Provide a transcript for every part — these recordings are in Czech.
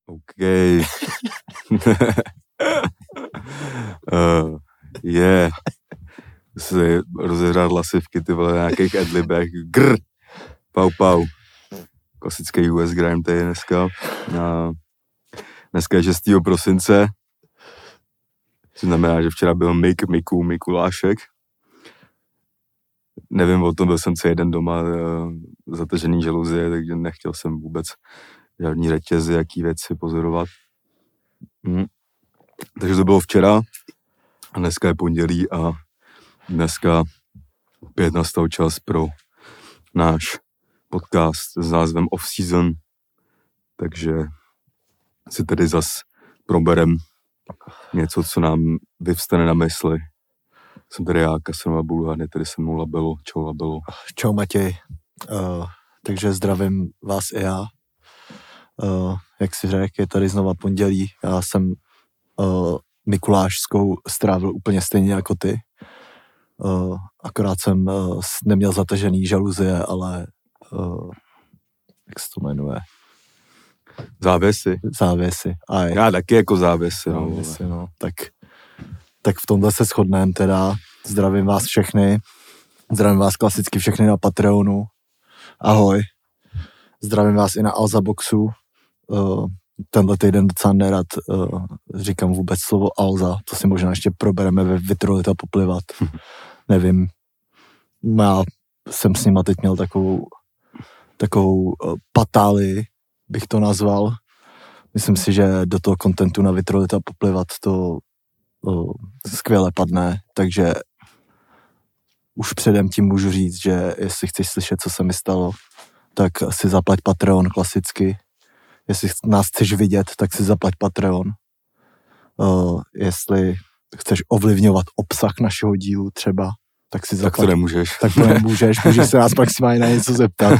OK. Si rozehrát hlasivky, ty vole, nějakých adlibech. Grr. Pau. Klasický US Grime tady dneska. Dneska je 6. prosince. To znamená, že včera byl Mikulášek. Nevím o tom, byl jsem celý den doma zatažený žaluzie, takže nechtěl jsem vůbec žádný řetězy, jaký věci pozorovat. Takže to bylo včera a dneska je pondělí a dneska opět nastal čas pro náš podcast s názvem Off Season, takže si tedy zas proberem něco, co nám vyvstane na mysli. Jsem tady já, Kasanova Bulhany, tady se mnou Labelo. Čau Labelo. Čau Matěj. Takže zdravím vás i já. Jak si řekl, je tady znova pondělí. Já jsem Mikulášskou strávil úplně stejně jako ty. Akorát jsem neměl zatažený žaluzie, ale jak se to jmenuje? Závěsy. Já taky jako závěsy. No. Tak v tomhle se shodneme teda. Zdravím vás všechny. Zdravím vás klasicky všechny na Patreonu. Ahoj. Zdravím vás i na Alzaboxu. Tenhle týden docela nerad říkám vůbec slovo Alza. To si možná ještě probereme ve Vytrolit a poplivat. Nevím. Já jsem s nima teď měl takovou patálii, bych to nazval. Myslím si, že do toho kontentu na Vytrolit a poplivat to skvěle padne, takže už předem tím můžu říct, že jestli chceš slyšet, co se mi stalo, tak si zaplať Patreon klasicky. Jestli nás chceš vidět, tak si zaplať Patreon. Jestli chceš ovlivňovat obsah našeho dílu třeba, tak si zaplať. Tak to nemůžeš. Tak to nemůžeš, můžeš se nás maximálně na něco zeptat.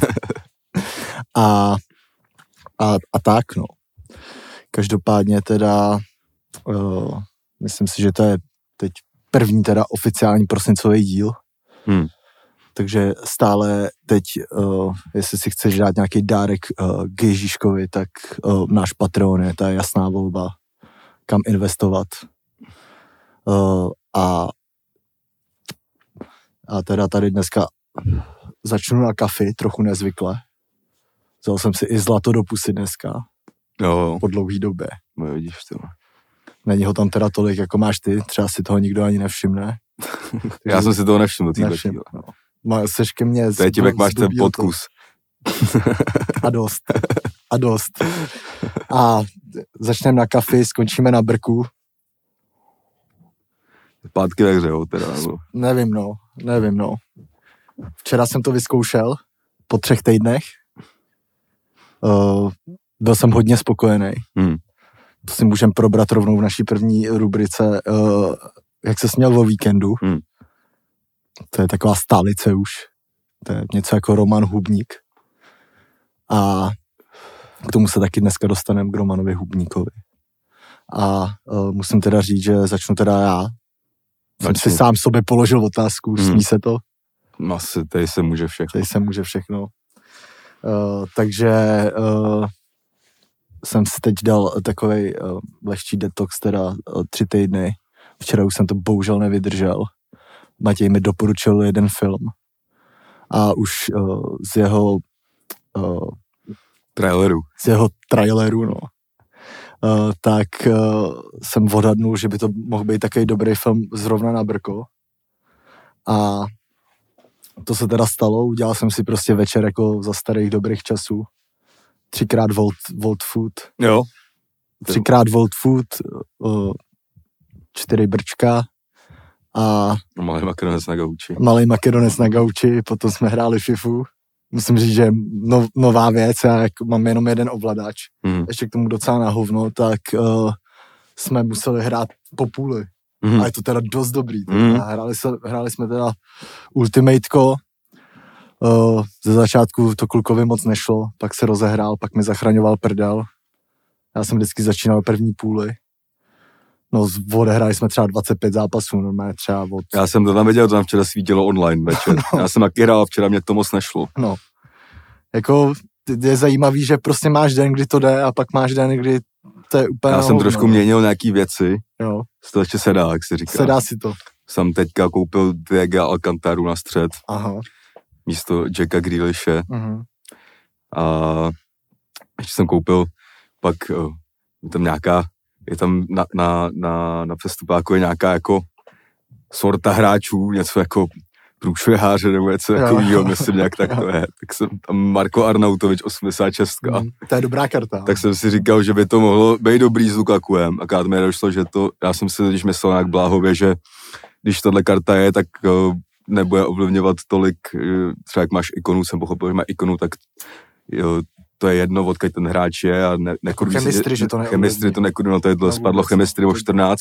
A tak, no. Každopádně teda myslím si, že to je teď první teda oficiální prosincový díl. Takže stále teď, jestli si chceš dát nějaký dárek k Ježíškovi, tak náš Patreon je ta jasná volba, kam investovat. A teda tady dneska začnu na kafi, trochu nezvykle. Vzal jsem si i zlato do pusy dneska. Jo. Po dlouhý době. No vidíš to. Není ho tam teda tolik, jako máš ty, třeba si toho nikdo ani nevšimne. Já jsem si toho nevšiml. No. Seš ke mně to je tím, jak máš ten podkus. A dost. A začneme na kafi, skončíme na brku. Pátky ve hře, jo, teda. Nevím, no. Včera jsem to vyzkoušel, po 3 týdnech. Byl jsem hodně spokojený. To si můžeme probrat rovnou v naší první rubrice, jak se směl o víkendu. To je taková stálice už. To je něco jako Roman Hubník. A k tomu se taky dneska dostaneme k Romanovi Hubníkovi. A musím teda říct, že začnu teda já. Jsem si sám sobě položil otázku, smí se to? Asi, tady se může všechno. Takže jsem si teď dal takovej lehčí detox, teda 3 týdny. Včera už jsem to bohužel nevydržel. Matěj mi doporučil jeden film. A už z jeho traileru, no. Tak jsem odhadnul, že by to mohl být takový dobrý film zrovna na brko. A to se teda stalo. Udělal jsem si prostě večer jako za starých dobrých časů. 3x Volt Food. Jo. 3x Volt Food, 4 brčka a malý makedonec na gauči, potom jsme hráli FIFU. Musím říct, že nová věc, já jako mám jenom jeden ovladač. Ještě k tomu docela na hovno, tak jsme museli hrát po půli. A je to teda dost dobrý. Hráli jsme teda Ultimateko. Ze začátku to klukovi moc nešlo, pak se rozehrál, pak mi zachraňoval prdel. Já jsem vždycky začínal první půli. No, odehráli jsme třeba 25 zápasů, normálně třeba od... Já jsem to tam viděl, to tam včera svítilo online večer. No. Já jsem taky hrál a včera mě to moc nešlo. No, jako je zajímavý, že prostě máš den, kdy to jde a pak máš den, kdy to je úplně Já jsem trošku měnil nějaký věci. Jo. To ještě se dá, jak se říká. Se dá si to. Jsem teďka koupil Diego Alcantaru na střed. Aha. Místo Jacka Grealishe. A ještě jsem koupil pak je tam na přestupáku je nějaká jako sorta hráčů, něco jako průšviháře nebo něco takového, myslím nějak tak to je. Tak jsem tam Marko Arnautovič 86. To je dobrá karta. Tak jsem si říkal, že by to mohlo být dobrý s Lukakuem. Akorát mi došlo, že já jsem si když myslel nějak bláhově, že když tahle karta je, tak nebude ovlivňovat tolik, třeba jak máš ikonu, jsem pochopil, že má ikonu, tak jo, to je jedno, odkud ten hráč je a chemistry, že to neovlivní. Chemistry to nekurví, no to je spadlo chemistry o 14.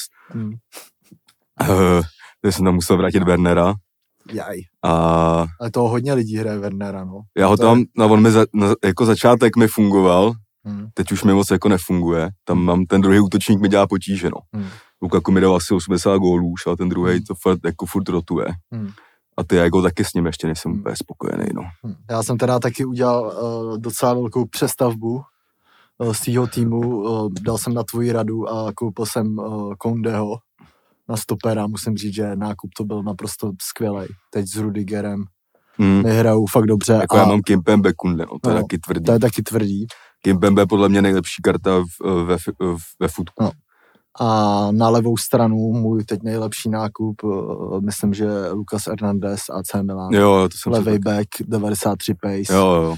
Takže jsem tam musel vrátit Wernera. Jaj. Ale toho hodně lidí hraje Wernera, no. Já ho tam, on mi jako začátek mi fungoval, teď už mi moc jako nefunguje. Tam mám, ten druhý útočník mi dělá potíže, no. Lukaku mi dal asi 80 gólů už, ale ten druhý to jako furt rotuje. A ty jako taky s ním ještě nejsem úplně spokojený, no. Já jsem teda taky udělal docela velkou přestavbu z tého týmu. Dal jsem na tvoji radu a koupil jsem Koundeho na stopera. Musím říct, že nákup to byl naprosto skvělej. Teď s Rudigerem nehrajou fakt dobře. Jako já mám Kimpembe Kounde, no, to je taky tvrdý. To je taky tvrdý. Kimpembe podle mě nejlepší karta ve futku. No. A na levou stranu můj teď nejlepší nákup, myslím, že Lucas Hernandez AC Milan. Jo, to jsem levej back, 93 pace. Jo.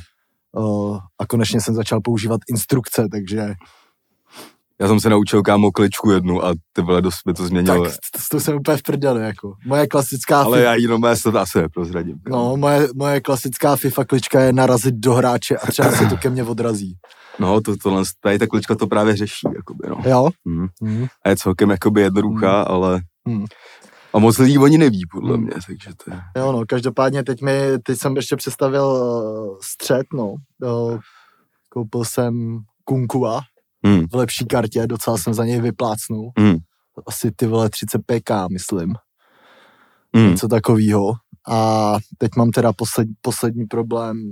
A konečně jsem začal používat instrukce, takže... Já jsem se naučil, kámo, kličku jednu a ty vole, dost mi to změnilo. Tak to jsem úplně v prdeli, jako. Moje klasická... Ale já jenom to asi neprozradím. No, moje klasická FIFA klička je narazit do hráče a třeba se to ke mně odrazí. No, tady ta klička to právě řeší, jakoby, no. Jo? A je celkem, jakoby, jednoduchá, ale... A moc lidí oni neví, podle mě, takže to je... Jo, no, každopádně teď jsem ještě představil střed, no. Koupil jsem Kunkua v lepší kartě, docela jsem za něj vyplácnul. Asi ty vole 30 PK, myslím. Něco takovýho. A teď mám teda poslední problém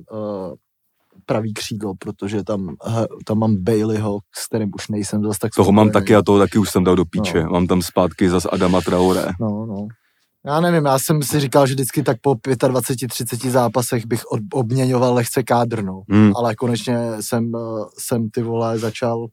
pravý křídlo, protože tam mám Baileyho, s kterým už nejsem zase tak toho spokojený. Mám taky a toho taky už jsem dal do píče. No. Mám tam zpátky zase Adama Traoré. No. Já nevím, já jsem si říkal, že vždycky tak po 25-30 zápasech bych obměňoval lehce kádr, no. Ale konečně jsem ty vole začal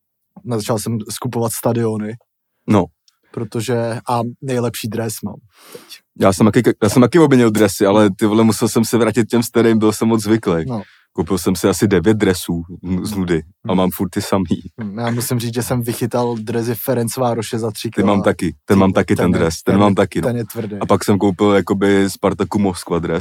jsem skupovat stadiony. No. Protože a nejlepší dres mám teď. Já jsem taky obměnil dresy, ale ty vole musel jsem se vrátit těm starým, byl jsem moc zvyklý. No. Koupil jsem si asi 9 dresů z nudy a mám furt ty samý. Já musím říct, že jsem vychytal dresy Ferencvároše za 3 kg. Ten mám taky ten dres, ten mám taky. Ten je tvrdý. A pak jsem koupil jakoby Spartaku Moskva dres.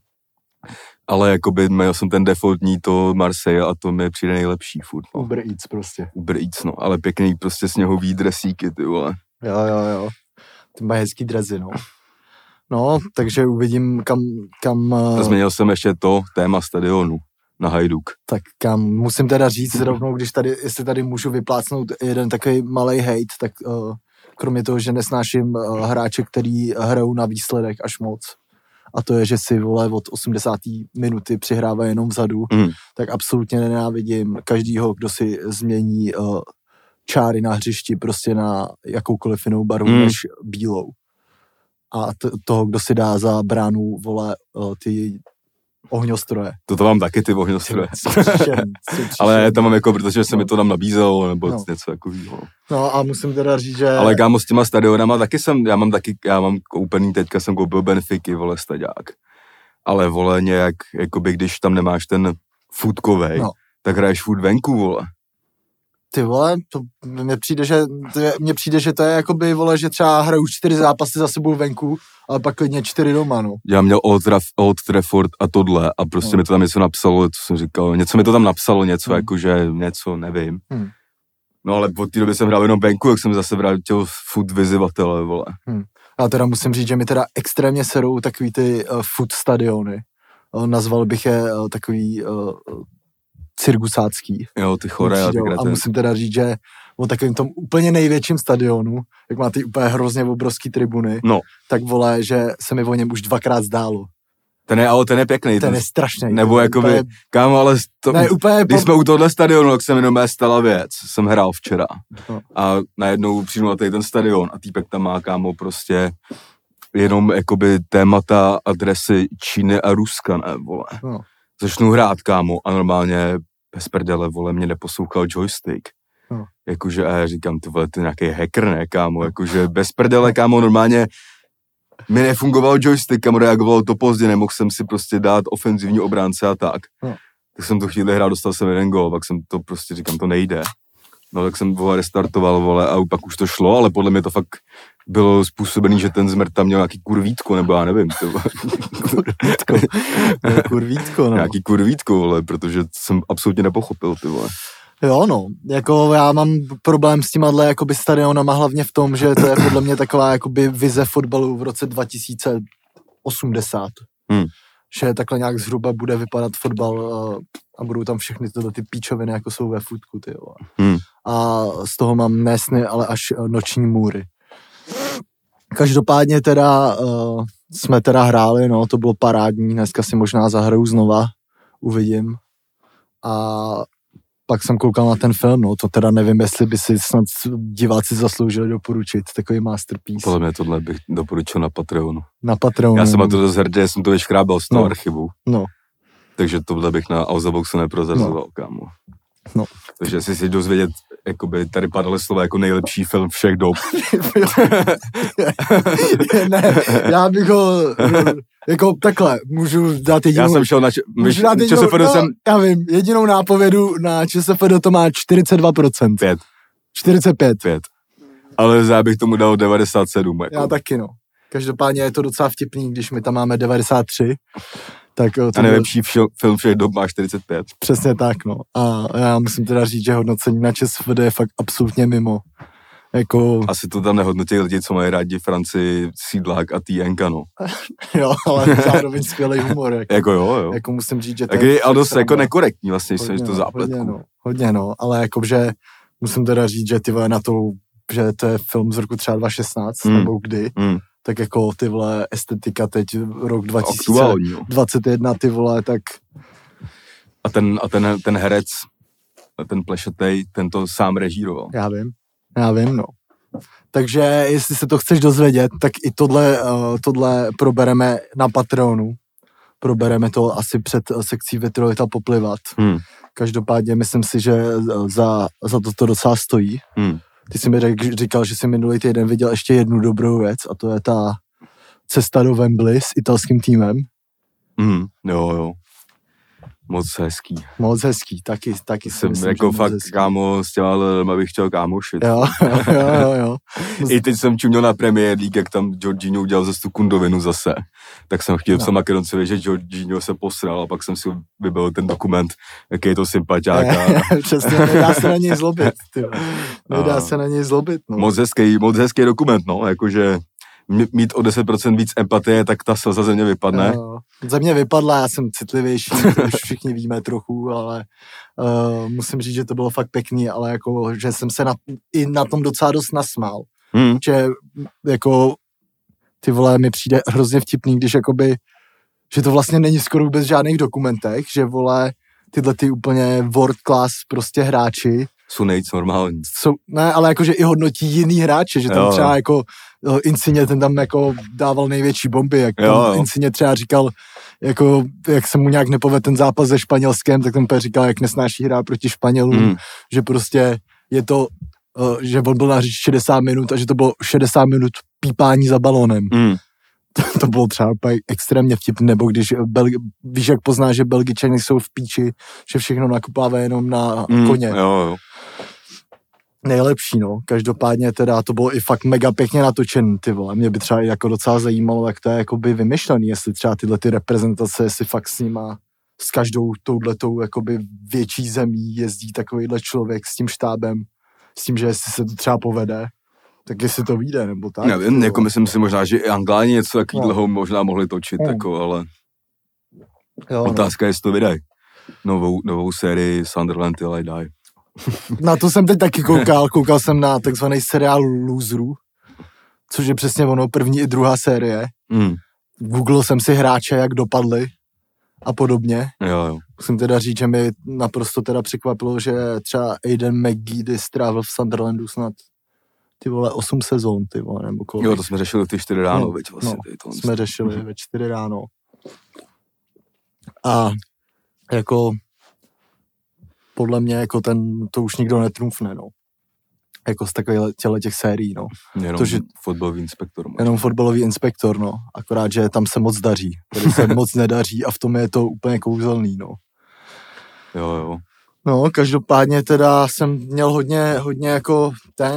Ale jakoby měl jsem ten defaultní to Marseille a to mi přijde nejlepší furt. No. Uber Eats prostě. Uber Eats, no, ale pěkný prostě sněhový dresíky, ty vole. Jo. Ty mají hezký dresy, no. No, takže uvidím, kam... Změnil jsem ještě to téma stadionu na Hajduk. Tak kam, musím teda říct rovnou, jestli tady můžu vyplácnout jeden takový malej hejt, tak kromě toho, že nesnáším hráče, který hrajou na výsledek až moc, a to je, že si vole od 80. minuty přihrává jenom vzadu, tak absolutně nenávidím každýho, kdo si změní čáry na hřišti prostě na jakoukoliv jinou barvu než bílou. A toho, kdo si dá za bránu, vole, ty ohňostroje. To mám taky, ty ohňostroje. Ale já tam mám jako, protože se mi to tam nabízelo, nebo něco takového. No a musím teda říct, že... Ale kámo, s těma stadionama taky já mám koupený, teďka jsem koupil Benfiky, vole, staďák. Ale vole, nějak, jakoby, když tam nemáš ten futkovej, tak hraješ furt venku, vole. Ty vole, mně přijde, že to je jakoby, vole, že třeba hraju 4 zápasy za sebou venku, ale pak klidně 4 doma, no. Já měl Old Trafford a tohle a prostě mi to tam něco napsalo, co jsem říkal, něco mi to tam napsalo, něco jakože, něco, nevím. No ale po té době jsem hrál jenom venku, jak jsem zase vrátil food vyzývatele, vole. A teda musím říct, že mi teda extrémně serou takový ty food stadiony. Nazval bych je takový... cirkusácký. Jo, ty chore. A musím teda říct, že o takovém tom úplně největším stadionu, jak má ty úplně hrozně obrovský tribuny, tak vole, že se mi o něm už 2krát zdálo. Ten je pěkný. Ten je strašný. Nebo jakoby, úplně, kámo, ale když jsme u tohle stadionu, tak se mi jenom stala věc. Jsem hrál včera a najednou přijdu na ten stadion a týpek tam má, kámo, prostě jenom jakoby témata, adresy Číny a Ruska, ne, vole. Začnu hrát, kámo, a normálně bez prdele, vole, mě neposlouchal joystick. Jakože, a já říkám, ty vole, ty nějaký hacker, ne, kámo, jakože bez prdele, kámo, normálně mi nefungoval joystick, kam reagovalo to pozdě, nemohl jsem si prostě dát ofenzivní obránce a tak. Tak jsem to chvíli hrál, dostal jsem jeden gól, pak jsem to prostě říkám, to nejde. No tak jsem, vole, restartoval, vole, a pak už to šlo, ale podle mě to fakt bylo způsobený, že ten zmrt tam měl nějaký kurvítko, nebo já nevím, kurvítko, no. Nějaký kurvítko, vole, protože jsem absolutně nepochopil, ty vole. Jo, no, jako já mám problém s těma jakoby stadionama hlavně v tom, že to je podle mě taková jakoby vize fotbalu v roce 2080. Že takhle nějak zhruba bude vypadat fotbal a budou tam všechny ty píčoviny, jako jsou ve futku, ty jo. A z toho mám ne sny, ale až noční můry. Každopádně teda jsme teda hráli, no, to bylo parádní, dneska si možná zahraju znova, uvidím. A pak jsem koukal na ten film, no, to teda nevím, jestli by si snad diváci zasloužili doporučit, takový masterpiece. Podle mě tohle bych doporučil na Patreonu. Na Patreonu. Já jsem na to dost hrdý, jsem to vyškrábal z toho archivu. No. Takže tohle bych na Alzaboxu neprozrazoval, kámo. No. Takže si dozvědět, jakoby tady padaly slova jako nejlepší film všech dob. Ne, já bych ho, jako takhle, můžu dát jedinou... Já jsem šel na já vím, jedinou nápovědu na ČSFD to má 42%. 5. 45. 5. Ale já bych tomu dal 97. Jako. Já taky, no. Každopádně je to docela vtipný, když my tam máme 93. Tak a nejlepší film všech dob má 45. Přesně tak, no. A já musím teda říct, že hodnocení na ČSFD je fakt absolutně mimo. Jako... Asi to tam nehodnotí lidi, co mají rádi Francii, Sídlák a Týjenka, no. Jo, ale zároveň skvělý humor. Jako jo. Jako musím říct, že to je... Ale dost jako nekorektní vlastně, hodně, to zápletku. Hodně, no. Ale jakože musím teda říct, že ty vole na to, že to je film z roku třeba 2016, nebo kdy, tak jako ty vole estetika teď rok 2021, ty vole, tak... A ten herec, ten plešetej, ten to sám režíroval. Já vím, no. Takže jestli se to chceš dozvědět, tak i tohle probereme na Patreonu. Probereme to asi před sekcí Vitrolita poplivat. Každopádně myslím si, že za to docela stojí. Ty jsi mi říkal, že jsi minulý týden viděl ještě jednu dobrou věc a to je ta cesta do Wembley s italským týmem. Jo. Moc hezký, taky jsem jako fakt hezký. Kámo, s těma lidma bych chtěl kámošit. Jo. I teď jsem čuměl na Premier League, jak tam Jorginho udělal zase tu kundovinu zase. Tak jsem chtěl psat Makedoncovi, že Jorginho se posral a pak jsem si vybavil ten dokument, jaký je to sympatiák. Přesně, nedá se na něj zlobit. No. Moc hezký dokument, no, jakože mít o 10% víc empatie, tak ta slza ze mě vypadne. Ze mě vypadla, já jsem citlivější, to už všichni víme trochu, ale musím říct, že to bylo fakt pěkný, ale jako, že jsem se i na tom docela dost nasmál. Že jako ty vole, mi přijde hrozně vtipný, když jakoby, že to vlastně není skoro vůbec v žádných dokumentech, že vole, tyhle ty úplně world class prostě hráči jsou nejc normální. Ne, ale jakože i hodnotí jiný hráče, že tam třeba jako Insigne, ten tam jako dával největší bomby, jak tam Insigne třeba říkal, jako, jak se mu nějak nepovedl ten zápas se Španělskem, tak tam říkal, jak nesnáší hrát proti Španělům, že prostě je to, že on byl na hřišti 60 minut a že to bylo 60 minut pípání za balónem. To bylo třeba extrémně vtipné, nebo když víš, jak poznáš, že Belgičani jsou v píči, že všechno nakupávají jenom na koně. Jo. Nejlepší, no. Každopádně teda to bylo i fakt mega pěkně natočený, ty vole. Mě by třeba jako docela zajímalo, jak to je jakoby vymyšlený, jestli třeba tyhle ty reprezentace, jestli fakt s nima, s každou touhletou jakoby větší zemí jezdí takovýhle člověk s tím štábem, s tím, že jestli se to třeba povede, tak jestli to vyjde, nebo tak. Nevím, jako myslím si možná, že i Angláni něco takového možná mohli točit, jako, ale otázka je, jestli to vydají. Novou sérii Sunderland Till I Die. Na to jsem teď taky koukal jsem na takzvaný seriál Loserů, což je přesně ono, první i druhá série. Google jsem si hráče, jak dopadli a podobně. Jo. Musím teda říct, že mi naprosto teda překvapilo, že třeba Aiden McGeady strávil v Sunderlandu snad ty vole 8 sezón, ty vole, nebo kolik. Jo, to jsme řešili ty 4 ráno, veď vlastně. No, jsme řešili ve 4 ráno. A jako podle mě jako to už nikdo netrumfne, no. Jako z takových těch sérií, no. Jenom fotbalový inspektor. Možná. Jenom fotbalový inspektor, no. Akorát, že tam se moc daří. Tady se moc nedaří a v tom je to úplně kouzelný, no. Jo. No, každopádně teda jsem měl hodně jako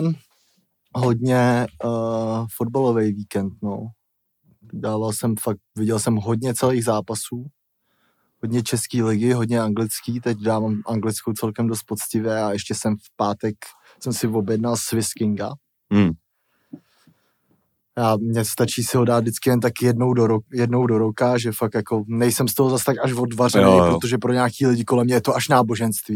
hodně fotbalový víkend, no. Viděl jsem hodně celých zápasů, hodně český ligy, hodně anglický, teď dávám anglickou celkem dost poctivě a ještě jsem v pátek jsem si objednal Swiss Kinga. Mně stačí si ho dát vždycky jen tak jednou do roka, že fakt jako nejsem z toho zas tak až odvařený, protože pro nějaký lidi kolem mě je to až náboženství.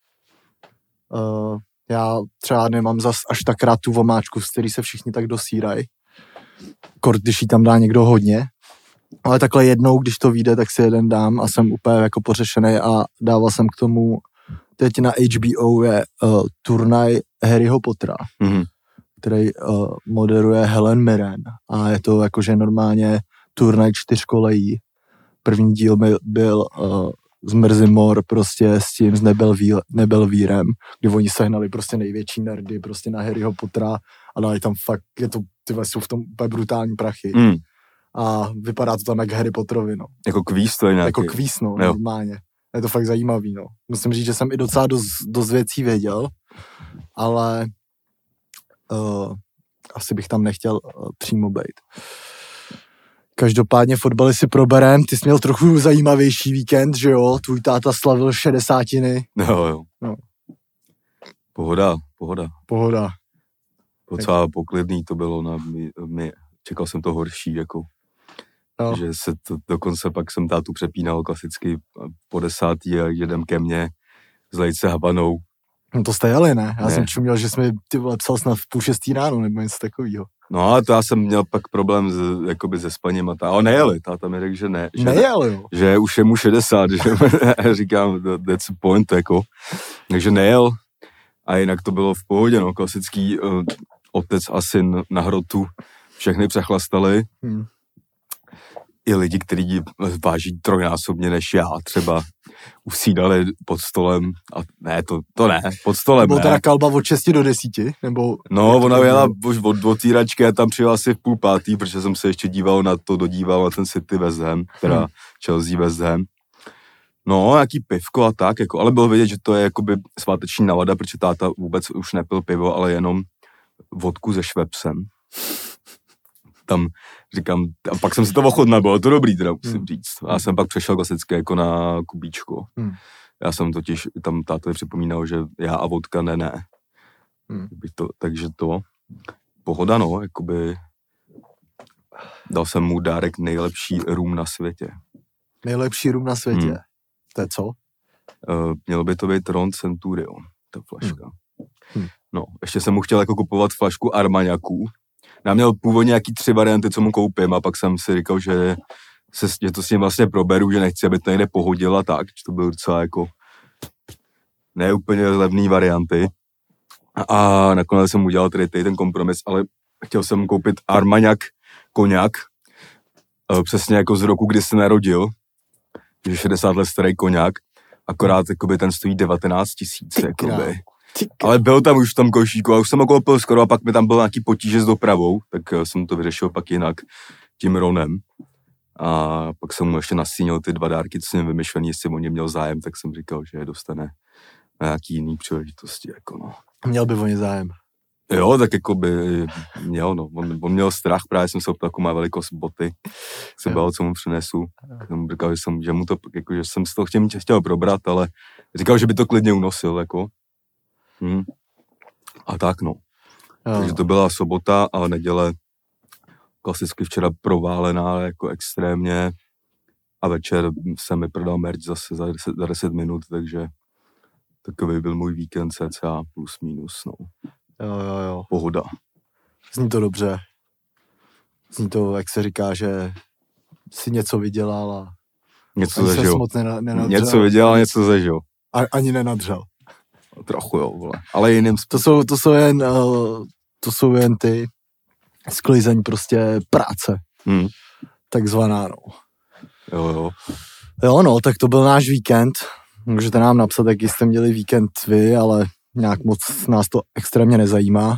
Já třeba nemám zas až tak rád tu vomáčku, z který se všichni tak dosírají. Kort, když jí tam dá někdo hodně. Ale takhle jednou, když to vyjde, tak si jeden dám a jsem úplně jako pořešený a dával jsem k tomu, teď na HBO je turnaj Harryho Pottera, který moderuje Helen Mirren a je to jakože normálně turnaj 4 kolejí. První díl byl z Mrzimor prostě s tím s Nebelvírem, kdy oni sehnali prostě největší nerdy prostě na Harryho Pottera a dali tam fakt, jsou v tom úplně brutální prachy. A vypadá to tam jak Harry Potterovi, no. Jako kvíz to je nějaký. Jako kvíz, no, normálně. Je to fakt zajímavý, no. Musím říct, že jsem i docela dost věcí věděl, ale asi bych tam nechtěl přímo být. Každopádně fotbaly si proberem, ty jsi měl trochu zajímavější víkend, že jo? Tvůj táta slavil 60. Jo. No. Pohoda. Docela poklidný to bylo na mě. Čekal jsem to horší, jako. No. Že se to dokonce pak jsem tátu přepínal klasicky po 10. a jedem ke mně s lejce Havanou. No to jste jeli, ne? Já jsem čuměl, že jsme psal snad v 5:30 ráno nebo něco takového. No a to já jsem měl pak problém se spaním a ale nejeli, táta mi řekl, že ne. Že nejel, jo? Že už je mu 60, že říkám, that's the point, jako. Takže nejel a jinak to bylo v pohodě, no, klasický otec a syn na hrotu, všechny přechlastali. I lidi, kteří váží trojnásobně než já, třeba usídali pod stolem a ne, to ne, pod stolem nebo ne. Byla teda kalba od 6 do 10, nebo... No, ona jela už od týračky a tam přijela asi v 4:30, protože jsem se ještě dodíval na ten City West Ham, teda Chelsea West Ham. No, nějaký pivko a tak, jako, ale bylo vidět, že to je jakoby sváteční nálada, protože táta vůbec už nepil pivo, ale jenom vodku se švepsem. Tam říkám, a pak jsem si to ochutnal, bylo to dobrý, teda musím říct. A já jsem pak přešel klasicky jako na kubíčko. Já jsem totiž tam tátovi připomínal, že já a vodka ne. Takže to, pohoda, no, jakoby dal jsem mu dárek nejlepší rum na světě. Nejlepší rum na světě? To je co? Mělo by to být Ron Centurion, ta flaška. No, ještě jsem mu chtěl jako kupovat flašku Armagnacu. Já měl původně nějaký 3 varianty, co mu koupím a pak jsem si říkal, že to s ním vlastně proberu, že nechci, aby to někde pohodil a tak, že to byl docela jako neúplně levný varianty. A nakonec jsem udělal tady ten kompromis, ale chtěl jsem koupit Armagnac koňak, přesně jako z roku, kdy se narodil, že 60 let starý koňak, akorát jakoby ten stojí 19 000, jakoby. Ale byl tam už v tom košíku a už jsem ho koupil skoro a pak mi tam byl nějaký potíže s dopravou, tak jsem to vyřešil pak jinak tím Ronem. A pak jsem mu ještě nasínil ty 2 dárky, co jsem vymyšlený, jestli o ně měl zájem, tak jsem říkal, že je dostane na nějaký jiný příležitosti, jako no. Měl by o ně zájem. Jo, tak jako by měl, no. On měl strach, právě jsem se optal, jako má velikost boty, se bál, co mu přinesu. Jsem říkal, že mu to, jako, že jsem si to chtěl probrat, ale říkal, že by to klidně unosil, jako. A tak, no. Takže to byla sobota a neděle klasicky včera proválená jako extrémně a večer jsem mi prodal merch zase za 10 minut, takže takový byl můj víkend cca plus minus, no. Jo. Pohoda. Zní to dobře. Zní to, jak se říká, že si něco vydělal a Něco ani ses zažil. moc nenadřel. Něco vydělal, něco zažil. Ani nenadřel. Trochu jo, vole. Ale jiným To jsou jen ty sklizeň prostě práce. Takzvaná, no. Jo. Jo, no, tak to byl náš víkend. Můžete nám napsat, jaký jste měli víkend vy, ale nějak moc nás to extrémně nezajímá.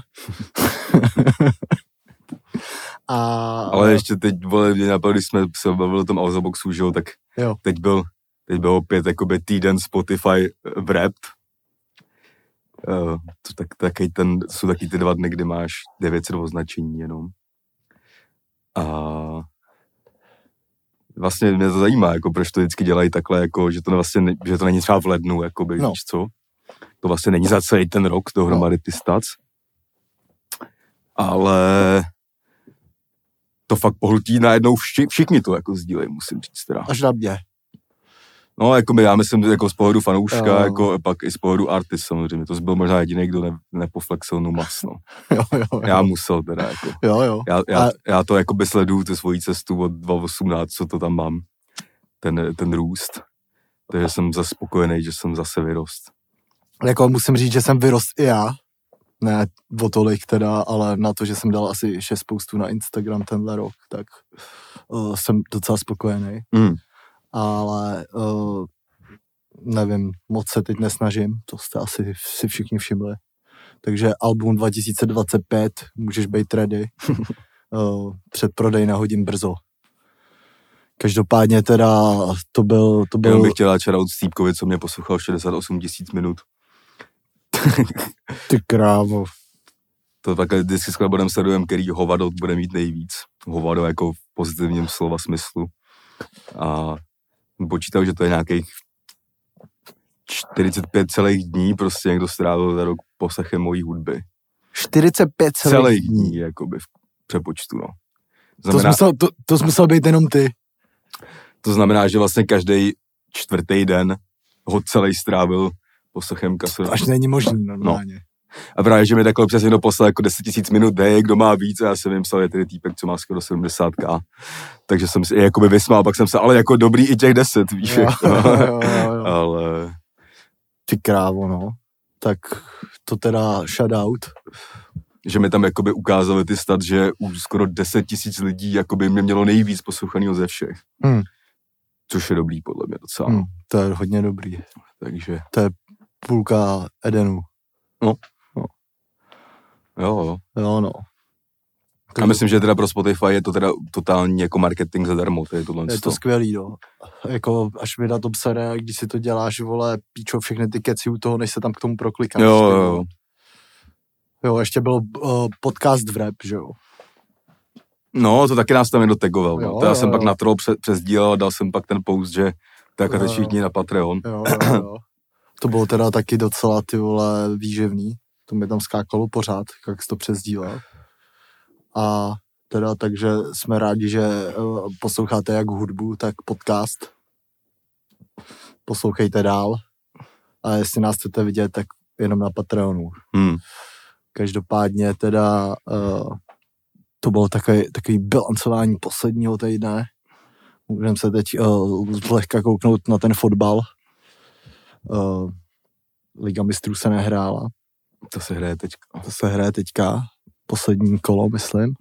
Ale ještě teď, vole, mě napadlo, když jsme se bavili o tom Alzaboxu, že jo, tak jo. Teď byl opět jakoby týden Spotify Wrapped. Jsou taky ty 2 dny, kdy máš 900 označení jenom. A vlastně mě to zajímá, jako proč to vždycky dělají takhle, jako, že to vlastně, že to není třeba v lednu, jakoby, víš co? To vlastně není za celý ten rok dohromady ty stats. Ale to fakt pohltí najednou všichni to jako sdílejí, musím říct teda. Až na mě. No, jako já myslím, jako z pohledu fanouška, jako pak i z pohledu artist samozřejmě. To byl možná jediný, kdo nepoflexil mas, no. Jo. Já musel teda, jako. Jo. Já to jakoby sleduju, tu svoji cestu od 2018, co to tam mám. Ten růst. Takže jsem zase spokojený, že jsem zase vyrost. Jako musím říct, že jsem vyrost i já. Ne o tolik teda, ale na to, že jsem dal asi 6 postů na Instagram tenhle rok, tak jsem docela spokojený. Ale nevím, moc se teď nesnažím, to jste asi si všichni všimli. Takže album 2025, můžeš být ready. Předprodej nahodím brzo. Každopádně teda to byl... Jenom bych chtěl dát shoutout Stýpkovi, co mě poslouchal 68 000 minut. Ty krávo. To takhle vždycky s Klebodem sledujeme, který hovado bude mít nejvíc. Hovado jako v pozitivním slova smyslu. A počítal, že to je nějakých 45 celých dní, prostě někdo strávil za rok poslechem mojí hudby. 45 celých dní, jakoby v přepočtu, no. To jsi musel být jenom ty. To znamená, že vlastně každý 4. den ho celý strávil poslechem kasu. Až není možný normálně. No. A právě, že mi takhle občas někdo poslal jako 10 000 minut, kdo má víc, a já jsem jim psal, je tedy týpek, co má skoro 70k. Takže jsem si jakoby vysmál, pak jsem se, ale jako dobrý i těch 10, víš. Jo. Ale... Ty krávo, no. Tak to teda shoutout. Že mi tam jakoby ukázali ty stat, že už skoro 10 000 lidí jakoby mě mělo nejvíc poslouchanýho ze všech. Což je dobrý, podle mě docela. To je hodně dobrý. Takže... To je půlka Edenu. No. Jo, no. A myslím, že teda pro Spotify je to teda totální jako marketing zadarmo. Je to skvělý, no. Jako až mi na tom sere, když si to děláš, vole, píčo, všechny ty keci u toho, než se tam k tomu proklikáš. Jo. Jo, ještě byl podcast v rap, že jo. No, to taky nás tam někdo tagoval. No. To já jsem pak na troll přesdílel, dal jsem pak ten post, že tak teď všichni na Patreon. Jo. To bylo teda taky docela, ty vole, výživný. To mi tam skákalo pořád, jak jsi to přesdílel. A teda takže jsme rádi, že posloucháte jak hudbu, tak podcast. Poslouchejte dál. A jestli nás chcete vidět, tak jenom na Patreonu. Každopádně teda to bylo takový bilancování posledního týdne. Můžeme se teď zlehka kouknout na ten fotbal. Liga mistrů se nehrála. To se hraje teďka. Poslední kolo, myslím.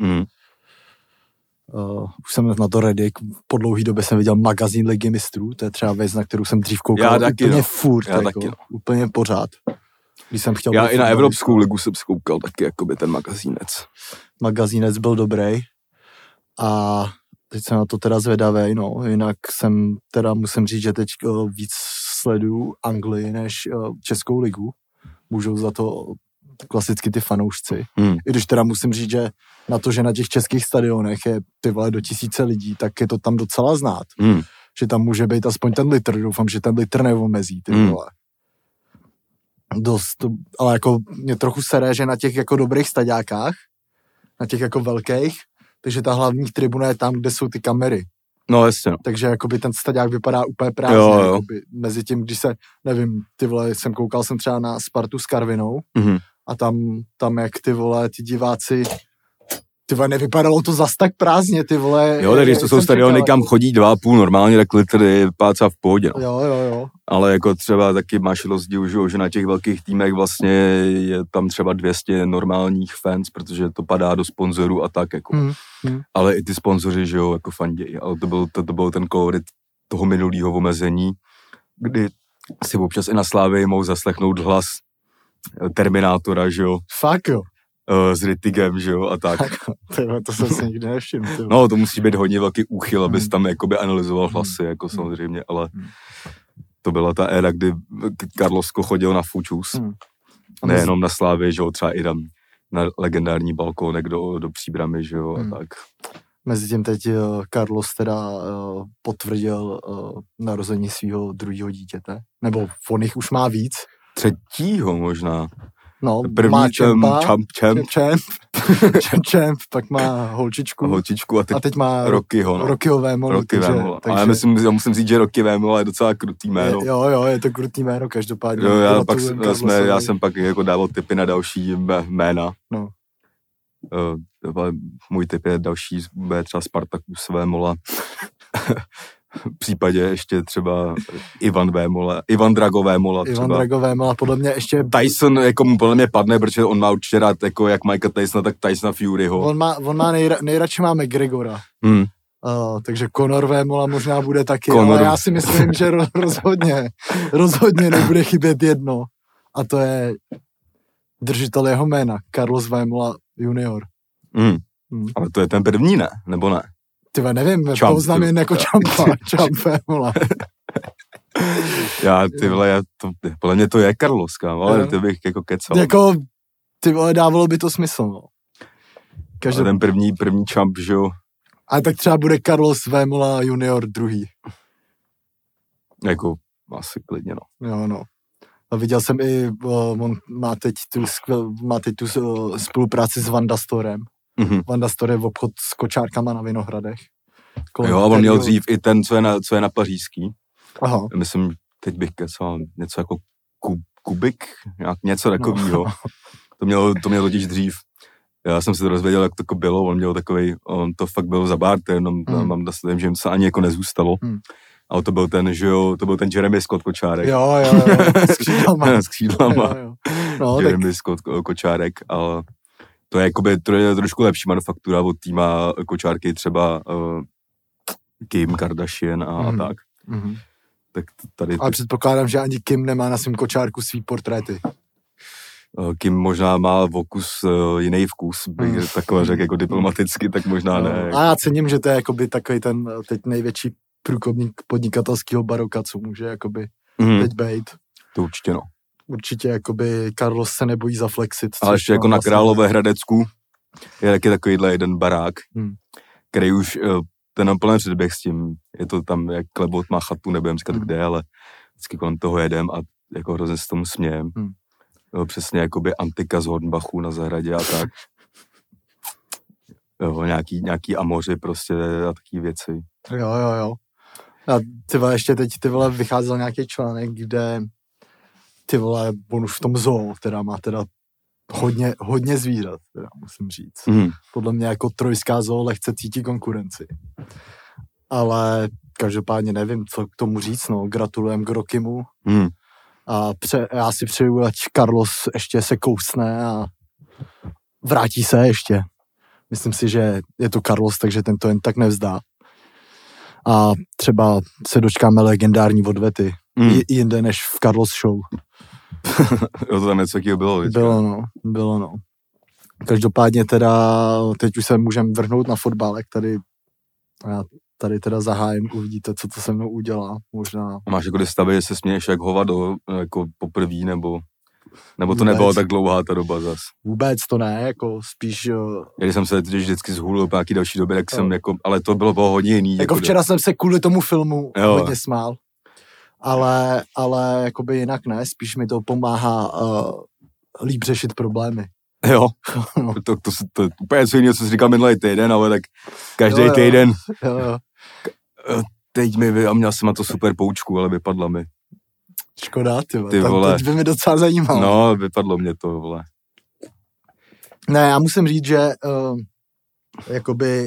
Už jsem na to ready. Po dlouhý době jsem viděl magazín Ligy mistrů. To je třeba věc, na kterou jsem dřív koukal úplně furt. Úplně pořád. Když jsem chtěl... Já i na Evropskou ligu jsem zkoukal taky jakoby ten magazínec. Magazínec byl dobrý. A teď jsem na to teda zvědavej, no. Jinak jsem teda musím říct, že teď víc sleduju Anglii než Českou ligu. Můžou za to klasicky ty fanoušci. I když teda musím říct, že na to, že na těch českých stadionech je ty vole do 1000 lidí, tak je to tam docela znát. Že tam může být aspoň ten litr. Doufám, že ten litr neomezí, ty vole. Dost, ale jako mě trochu sere, že na těch jako dobrých staďákách, na těch jako velkých, takže ta hlavní tribuna je tam, kde jsou ty kamery. No jasně. No. Takže jakoby ten staďák vypadá úplně prázdně. Jo. Mezi tím, když se, nevím, ty vole, koukal jsem třeba na Spartu s Karvinou a tam jak ty vole, ty diváci, Ty vole, nevypadalo to zas tak prázdně, ty vole. Jo, takže to jsou stadiony, kam chodí 2,5 normálně, tak litr je páca v pohodě. No. Jo. Ale jako třeba taky máš rozdíl, že na těch velkých týmech vlastně je tam třeba 200 normálních fans, protože to padá do sponzorů a tak jako. Ale i ty sponzoři, že jo, jako fandějí. Ale to byl ten kolorit toho minulého omezení, kdy si občas i na Slávii mohl zaslechnout hlas Terminátora, že jo. Fakt jo. S Rittigem, že jo, a tak. To jsem si nikdy nevšiml. No, to musí být hodně velký úchyl, abys tam jakoby analyzoval hlasy, jako samozřejmě, ale to byla ta éra, kdy Karlosko chodil na fučus. Nejenom na Slávě, že jo, třeba i tam na legendární balkónek do Příbramy, že jo, a tak. Mezitím teď Carlos teda potvrdil narození svého druhého dítěte. Nebo on jich už má víc. Třetího možná. No, první má Champ, pak má holčičku a teď má Rockyho Vémolu. Takže... Ale já musím říct, že Rocky Vémola je docela krutý jméno. Jo, je to krutý jméno, každopádně. Jo, já jsem pak jako dával tipy na další jména. No. Můj tip je další, bude třeba Spartakus Vémola. V případě ještě třeba Ivan Drago Vémola třeba. Ivan Drago Vémola, podle mě ještě... Tyson jako mu podle mě padne, protože on má určitě rád jako jak Michael Tysona, tak Tysona Furyho. On má nejradši má McGregora. Takže Conor Vémola možná bude taky, ale já si myslím, že rozhodně nebude chybět jedno. A to je držitel jeho jména, Carlos Vémola junior. Ale to je ten první, ne? Nebo ne? Tyva, nevím, to znám jen jako Champ Vémola. Podle mě to je Carlos, ale to bych jako kecal. Jako, ty vole, dávalo by to smysl, no. Ale ten první Champ, že jo. A tak třeba bude Carlos Vémola junior druhý. Jako, asi klidně, no. Jo, no. A viděl jsem i, on má teď tu spolupráci s Vanda Storem. Vanda Store je v obchod s kočárkama na Vinohradech. Jo, a on měl dřív i ten, co je na Pařížský. Aha. Myslím, teď bych kecal něco jako Kubik, něco takového. To měl totiž dřív. Já jsem se to rozvěděl, jak to bylo, on to fakt byl za barter, mám dostatím, že jim se ani jako nezůstalo. Ale to byl ten, že jo, to byl ten Jeremy Scott Kočárek. Jo, s křídlama. Jo. No, Jeremy Scott Kočárek, ale to je jakoby trošku lepší manufaktura od týma kočárky, třeba Kim Kardashian a tak. Tak tady... Ale předpokládám, že ani Kim nemá na svém kočárku svý portréty. Kim možná má jiný vkus, bych takhle řekl jako diplomaticky, tak možná ne. A já cením, že to je jakoby takový ten teď největší průkopník podnikatelského baroka, co může jakoby teď být. To určitě, no. Určitě, jakoby Carlos se nebojí zaflexit. Ale ještě jako na Královéhradecku je taky takovýhle jeden barák, který už ten mám plný předběh s tím. Je to tam, jak Klebot má chatu, nebudem říkat kde, ale vždycky kolem toho jedem a jako hrozně se tomu smějem. Jo, přesně jakoby antika z Hornbachu na zahradě a tak. Jo, nějaký amoři prostě a taky věci. Jo. A ty vole, ještě teď vycházel nějaký článek, kde ty vole, on už v tom zoo, teda má teda hodně zvířat, teda musím říct. Podle mě jako trojská zoo lehce cítí konkurenci. Ale každopádně nevím, co k tomu říct, no, gratulujem k Rockymu. A já si přeju, ať Carlos ještě se kousne a vrátí se ještě. Myslím si, že je to Carlos, takže ten to jen tak nevzdá. A třeba se dočkáme legendární odvety. Jinde než v Carlos Show. Jo, to tam něco takého bylo. Bylo no. Každopádně teda, teď už se můžeme vrhnout na fotbálek, já tady teda zahájím, uvidíte, co to se mnou udělá, možná. Máš jako stavy, že se směješ jak hovado, jako poprvé, nebo to nebylo tak dlouhá ta doba zas? Vůbec to ne, jako spíš... Když jsem se vždycky zhulil po nějaký další době, tak jsem jako, ale to bylo hodně jiný. Jako včera jsem se kvůli tomu filmu hodně smál, ale jakoby jinak ne, spíš mi to pomáhá líp řešit problémy. Jo, to úplně co jiného, co jsi říkal minulý týden, ale tak každý týden. Jo. Teď měl jsem na to super poučku, ale vypadla mi. Škoda, ty vole. Teď by mi docela zajímalo. No, vypadlo mě to, vole. Ne, já musím říct, že jakoby,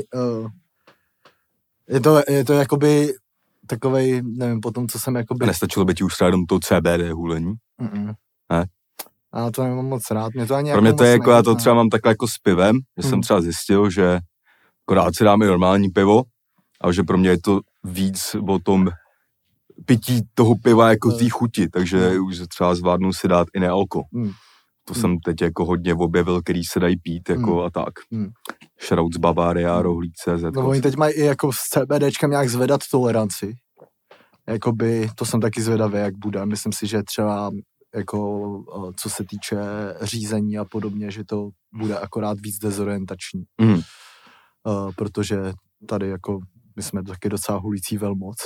je to jakoby takovej, nevím, potom, co jsem jakoby... A nestačilo by ti už třeba jenom to CBD hulení? Ne? A to nemám moc rád. Mě to ani pro mě jako to je jako, já to nechutná. třeba mám takhle jako s pivem, že jsem třeba zjistil, že akorát si dáme normální pivo, ale že pro mě je to víc o tom pití toho piva jako té chuti, takže už třeba zvládnu si dát i nealko. To jsem teď jako hodně objevil, který se dají pít jako a tak. Shroud z Bavaria, Rohlík.cz. No oni teď mají i jako s CBDčkem nějak zvedat toleranci. Jakoby, to jsem taky zvědavý, jak bude. Myslím si, že třeba jako co se týče řízení a podobně, že to bude akorát víc dezorientační. Protože tady jako my jsme taky docela hulící velmoc.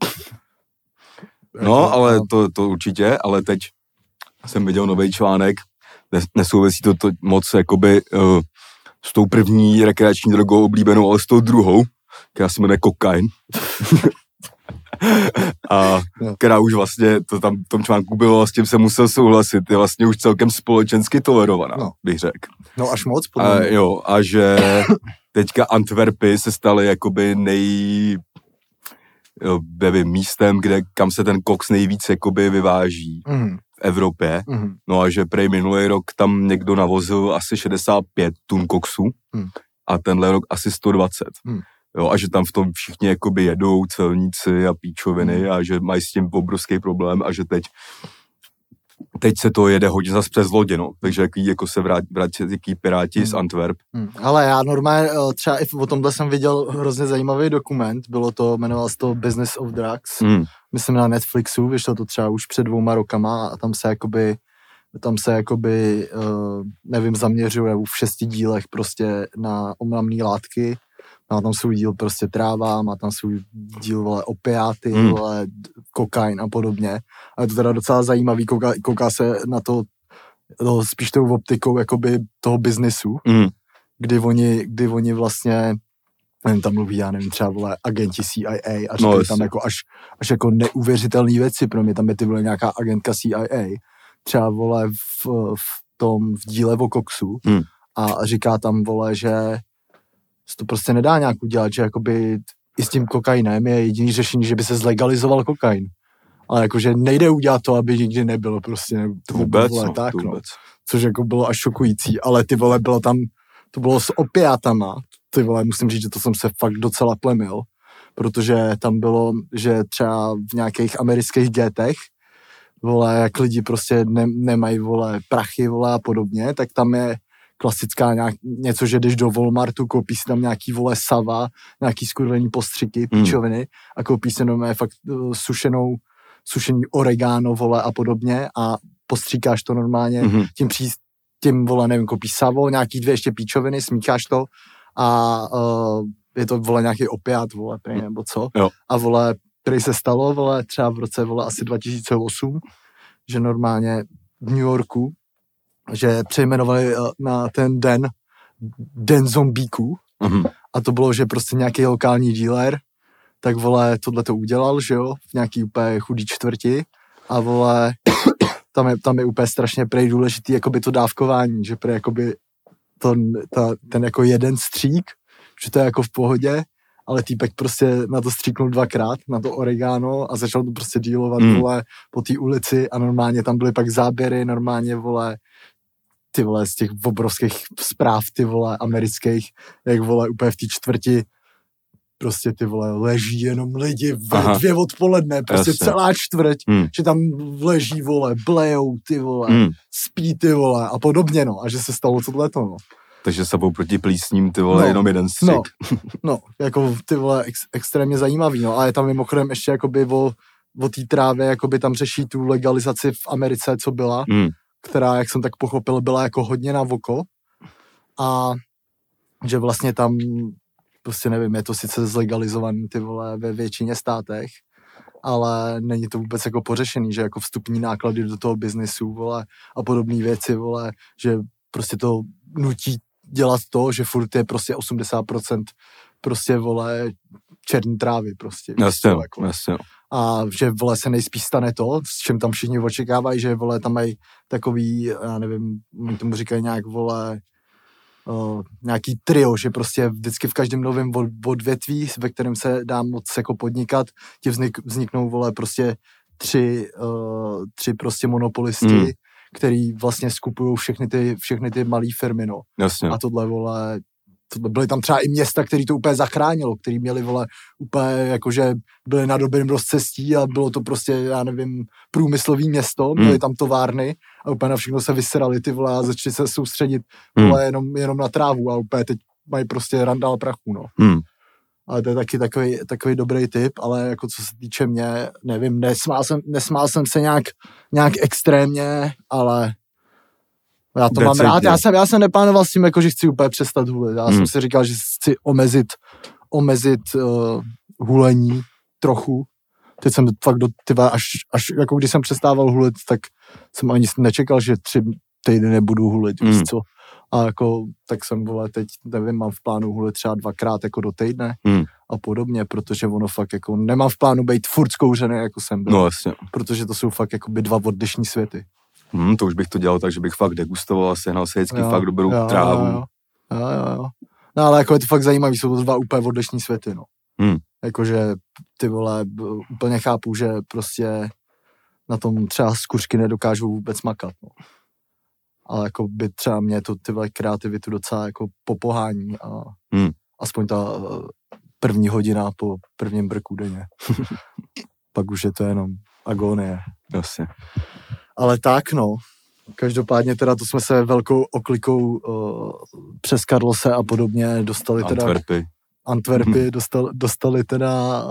No, ale to určitě, ale teď jsem viděl nový článek, nesouvisí to moc jakoby s tou první rekreační drogou oblíbenou, ale s tou druhou, která se jmenuje kokain. A která už vlastně, to tam v tom článku bylo, s tím se musel souhlasit, je vlastně už celkem společensky tolerovaná, bych řekl. No až moc. A že teďka Antwerpy se staly jakoby místem, kam se ten koks nejvíc jakoby vyváží v Evropě. No a že prej minulý rok tam někdo navozil asi 65 tun koksu a tenhle rok asi 120. Jo, a že tam v tom všichni jakoby jedou celníci a píčoviny a že mají s tím obrovský problém a že teď se to jede hodně zas přes lodě, no. Takže jako se vrátí jaký piráti z Antwerp. Ale já normálně třeba i o tomhle jsem viděl hrozně zajímavý dokument, jmenovalo se to Business of Drugs, myslím na Netflixu, vyšlo to třeba už před 2 rokama a tam se jakoby nevím, zaměřuje v 6 dílech prostě na omamné látky. Má tam svůj díl prostě tráva, má tam svůj díl, vole, opiáty, vole, kokain a podobně. A je to teda docela zajímavý, kouká se na to spíš tou optikou jakoby toho biznesu, kdy oni vlastně, nevím, tam mluví, já nevím, třeba, vole, agenti CIA a říkají tam jako až jako neuvěřitelné věci, pro mě tam je ty, vole, nějaká agentka CIA, třeba, vole, v díle o koksu a říká tam, vole, že to prostě nedá nějak udělat, že jakoby i s tím kokainem je jediný řešení, že by se zlegalizoval kokain. Ale jakože nejde udělat to, aby nikdy nebylo prostě. To vůbec, Což jako bylo až šokující, ale ty vole, to bylo s opiátama. Ty vole, musím říct, že to jsem se fakt docela plemil, protože tam bylo, že třeba v nějakých amerických getech, vole, jak lidi prostě nemají, vole, prachy, vole, a podobně, tak tam je klasická něco, že jdeš do Walmartu, koupíš si tam nějaký, vole, sava, nějaký skurvený postřiky, píčoviny a koupíš si normálně fakt sušený oregano, vole, a podobně a postříkáš to normálně, tím, vole, nevím, koupíš savo, nějaký 2 ještě píčoviny, smícháš to a je to, vole, nějaký opiát, vole, prej, nebo co. Jo. A, vole, prej se stalo, vole, třeba v roce, vole, asi 2008, že normálně v New Yorku, že přejmenovali na ten den zombíků a to bylo, že prostě nějaký lokální dealer, tak, vole, tohle to udělal, že jo, v nějaký úplně chudý čtvrti a, vole, tam je úplně strašně prej důležitý jakoby to dávkování, že prej jakoby ten jako jeden střík, že to je jako v pohodě, ale týpek prostě na to stříknul 2krát, na to oregano a začal to prostě dealovat, vole, po té ulici a normálně tam byly pak záběry, normálně, vole, ty, vole, z těch obrovských zpráv, ty, vole, amerických, jak, vole, úplně v té čtvrti prostě, ty, vole, leží jenom lidi ve 2 odpoledne, prostě celá čtvrť, že tam leží, vole, blejou, ty, vole, spí, ty, vole, a podobně, no, a že se stalo tohleto, no. Takže se byl proti plísním, ty, vole, jenom jeden střik. No, jako, ty, vole, extrémně zajímavý, no, a je tam mimochodem ještě, jakoby, o té trávě, jakoby tam řeší tu legalizaci v Americe, co byla, která, jak jsem tak pochopil, byla jako hodně na oko a že vlastně tam, prostě nevím, je to sice zlegalizovaný, ty, vole, ve většině státech, ale není to vůbec jako pořešený, že jako vstupní náklady do toho biznesu, vole, a podobné věci, vole, že prostě to nutí dělat to, že furt je prostě 80% prostě, vole, černý trávy prostě. Jasně, jako. jasně. A že, vole, se nejspíš stane to, s čím tam všichni očekávají, že, vole, tam mají takový, já nevím, tomu říkají nějak, vole, nějaký trio, že prostě vždycky v každém novém odvětví, ve kterém se dá moc jako podnikat, ti vzniknou, vole, prostě tři prostě monopolisti, který vlastně skupují všechny ty malé firmy, no. Jasně. A tohle, vole, byly tam třeba i města, který to úplně zachránilo, který měli, vole, úplně jakože byly na dobrém rozcestí a bylo to prostě, já nevím, průmyslový město, byly tam továrny a úplně na všechno se vysrali ty, vole, a začali se soustředit, vole, jenom na trávu a úplně teď mají prostě randál prachu, no. Ale to je taky takový dobrý tip, ale jako co se týče mě, nevím, nesmál jsem se nějak extrémně, ale já to mám rád, já jsem neplánoval s tím, jako, že chci úplně přestat hulit. Já jsem si říkal, že chci omezit hulení trochu. Teď jsem fakt až jako když jsem přestával hulit, tak jsem ani nečekal, že 3 týdny nebudu hulit, víš co. A jako, tak jsem, vole, teď, nevím, mám v plánu hulit třeba 2krát jako do týdne a podobně, protože ono fakt jako, nemám v plánu být furt zkouřený, jako jsem byl. No jasně. Protože to jsou fakt jako by 2 odlišní světy. To už bych to dělal tak, že bych fakt degustoval a sehnal si vždycky fakt dobrou trávu. Jo. No ale jako je to fakt zajímavý, jsou to 2 úplně odlišní světy, no. Jakože ty vole, úplně chápu, že prostě na tom třeba skuřky nedokážou vůbec makat, no. Ale jako by třeba mě to ty vole kreativitu docela jako popohání a aspoň ta první hodina po prvním brku denně. Pak už je to jenom agonie. Jasně. Ale tak, no. Každopádně teda to jsme se velkou oklikou přes Karlose a podobně dostali teda... Antwerpy dostali teda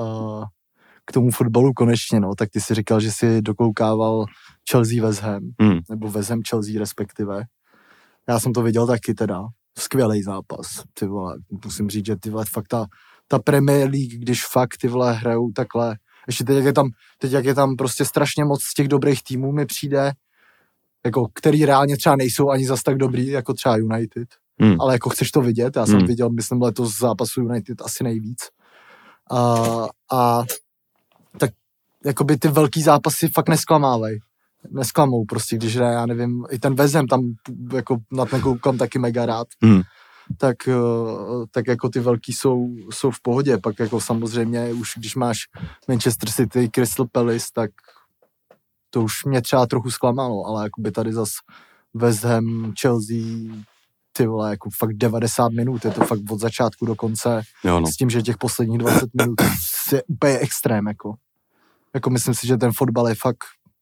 k tomu fotbalu konečně, no. Tak ty si říkal, že si dokoukával Chelsea West Ham, nebo West Ham Chelsea respektive. Já jsem to viděl taky teda. Skvělej zápas, ty vole. Musím říct, že ty vole, fakt ta Premier League, když fakt ty vole hrajou takhle. Ještě teď, jak je tam prostě strašně moc z těch dobrých týmů mi přijde, jako, který reálně třeba nejsou ani zas tak dobrý, jako třeba United. Ale jako chceš to vidět, já jsem viděl, myslím, letos z zápasu United asi nejvíc. A tak jakoby ty velký zápasy fakt nesklamou prostě, když hraje, já nevím, i ten West Ham tam jako na ten koukám taky mega rád. Tak jako ty velký jsou v pohodě, pak jako samozřejmě už když máš Manchester City, Crystal Palace, tak to už mě třeba trochu zklamalo, ale jakoby tady zas West Ham, Chelsea, ty vole, jako fakt 90 minut, je to fakt od začátku do konce, jo, no. S tím, že těch posledních 20 minut je úplně extrém, jako myslím si, že ten fotbal je fakt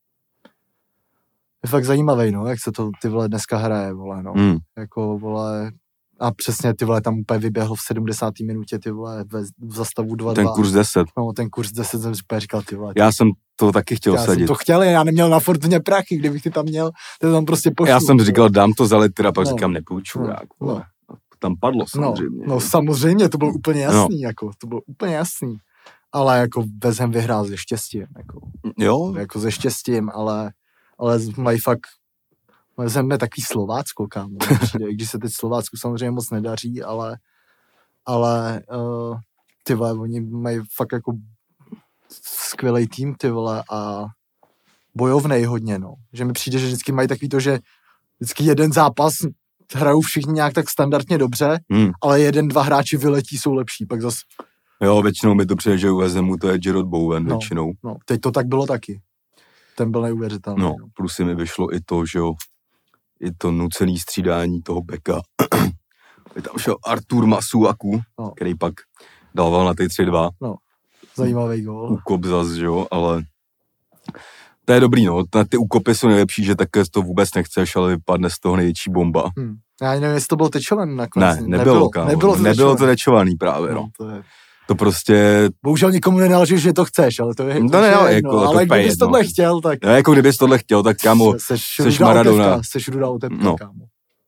zajímavý, no, jak se to ty vole dneska hraje, vole, no, jako vole, a přesně ty vole tam úplně vyběhl v 70. minutě ty vole v zastavu 2-2. Ten kurz 10. No, ten kurz 10 jsem úplně říkal ty vole. Já jsem to taky chtěl sadit. Já jsem to chtěl, já neměl na Fortuně prachy, kdybych ty tam měl, to tam prostě pošlu. Já jsem říkal, dám to za litr a pak říkám, nepůjču, jako. Tam padlo samozřejmě. No samozřejmě, to bylo úplně jasný, jako, to bylo úplně jasný. Ale jako West Ham vyhrál ze štěstím, jako. Jo. Jako ze štěstím, ale mají fakt jsme takový Slovácko, kámo. Když se teď Slovácku samozřejmě moc nedaří, ale ty vole, oni mají fakt jako skvělej tým, ty vole, a bojovnej hodně, no. Že mi přijde, že vždycky mají takový to, že vždycky jeden zápas hrajou všichni nějak tak standardně dobře, ale 1-2 hráči vyletí, jsou lepší, pak zas... Jo, většinou mi to přijde, že u Vezemu to je Jarrod Bowen většinou. No, teď to tak bylo taky. Ten byl neuvěřitelný. No, plus mi vyšlo i to, že jo, i to nucený střídání toho beka. Tam šel Artur Masuaku, který pak dával na ty 3-2. No, zajímavý gól. Úkop zas, že jo, ale to je dobrý, no. Ty úkopy jsou nejlepší, že také to vůbec nechceš, ale vypadne z toho největší bomba. Já nevím, jestli to bylo tečovaný nakonec. Ne, nebylo to tečovaný právě, no. To prostě... Bohužel nikomu nenalžeš, že to chceš, ale to je... No ne, jako, ale kdybys tohle chtěl, tak... No, jako kdybys tohle chtěl, tak kámo, seš Maradona. Seš Ruda Otepka, no. Kámo.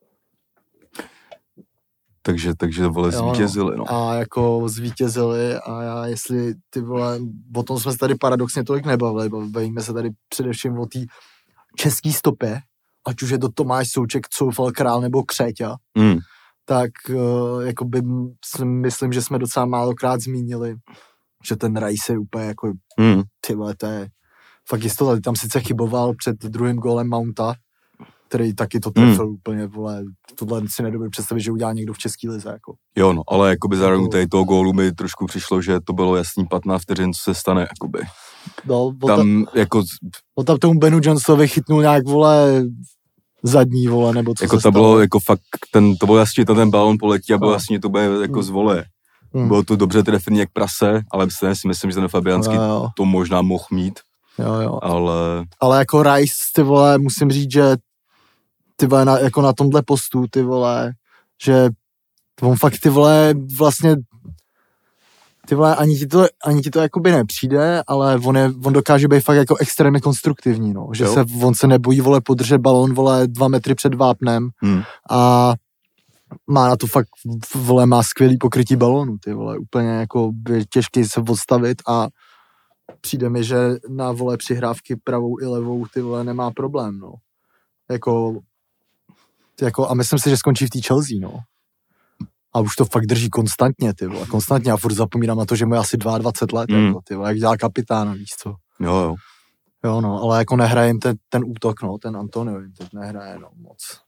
Takže vole, zvítězili, no. A jako zvítězili a já, jestli ty vole, o tom jsme se tady paradoxně tolik nebavili, bavíme se tady především o té český stopě, ať už je to Tomáš Souček, Coufal Král nebo Křeťa, tak jakoby myslím, že jsme docela málokrát zmínili, že ten Rice je úplně jako, ty vole, to je fakt jistota, tam sice chyboval před druhým gólem Mounta, který taky to trefil úplně, vole, tohle si nedovedu představit, že udělá někdo v český lize, jako. Jo, no, ale jakoby zároveň tady toho gólu mi trošku přišlo, že to bylo jasný 15 vteřin, co se stane, jakoby. No, Tam jako... On tam tomu Benu Johnsonovi chytnul nějak, vole, zadní, vole, nebo co jako se to stalo. bylo jako fakt, to bylo jasně, ten balón poletí a bylo jasně, to bude jako z vole. Bylo to dobře trefený jak prase, ale si myslím, že ten Fabianský to možná mohl mít. Jo. Ale jako Rice, ty vole, musím říct, že ty vole, jako na tomhle postu, ty vole, že on fakt, ty vole, vlastně, ty vole, ani ti to jakoby nepřijde, ale on dokáže být fakt jako extrémně konstruktivní, no, že on se nebojí, vole, podržet balón, vole, 2 metry před vápnem a má na to fakt, vole, má skvělý pokrytí balónu, ty vole, úplně jako by těžký se odstavit a přijde mi, že na, vole, přihrávky pravou i levou, ty vole, nemá problém, no. Jako a myslím si, že skončí v té Chelsea, no. A už to fakt drží konstantně, ty vole, konstantně. A furt zapomínám na to, že mu je asi 22 let, jako, ty vole, jak dělá kapitána, víš co. Jo. Jo, no, ale jako nehraje jim ten útok, no, ten Antonio jim teď nehraje, no, moc.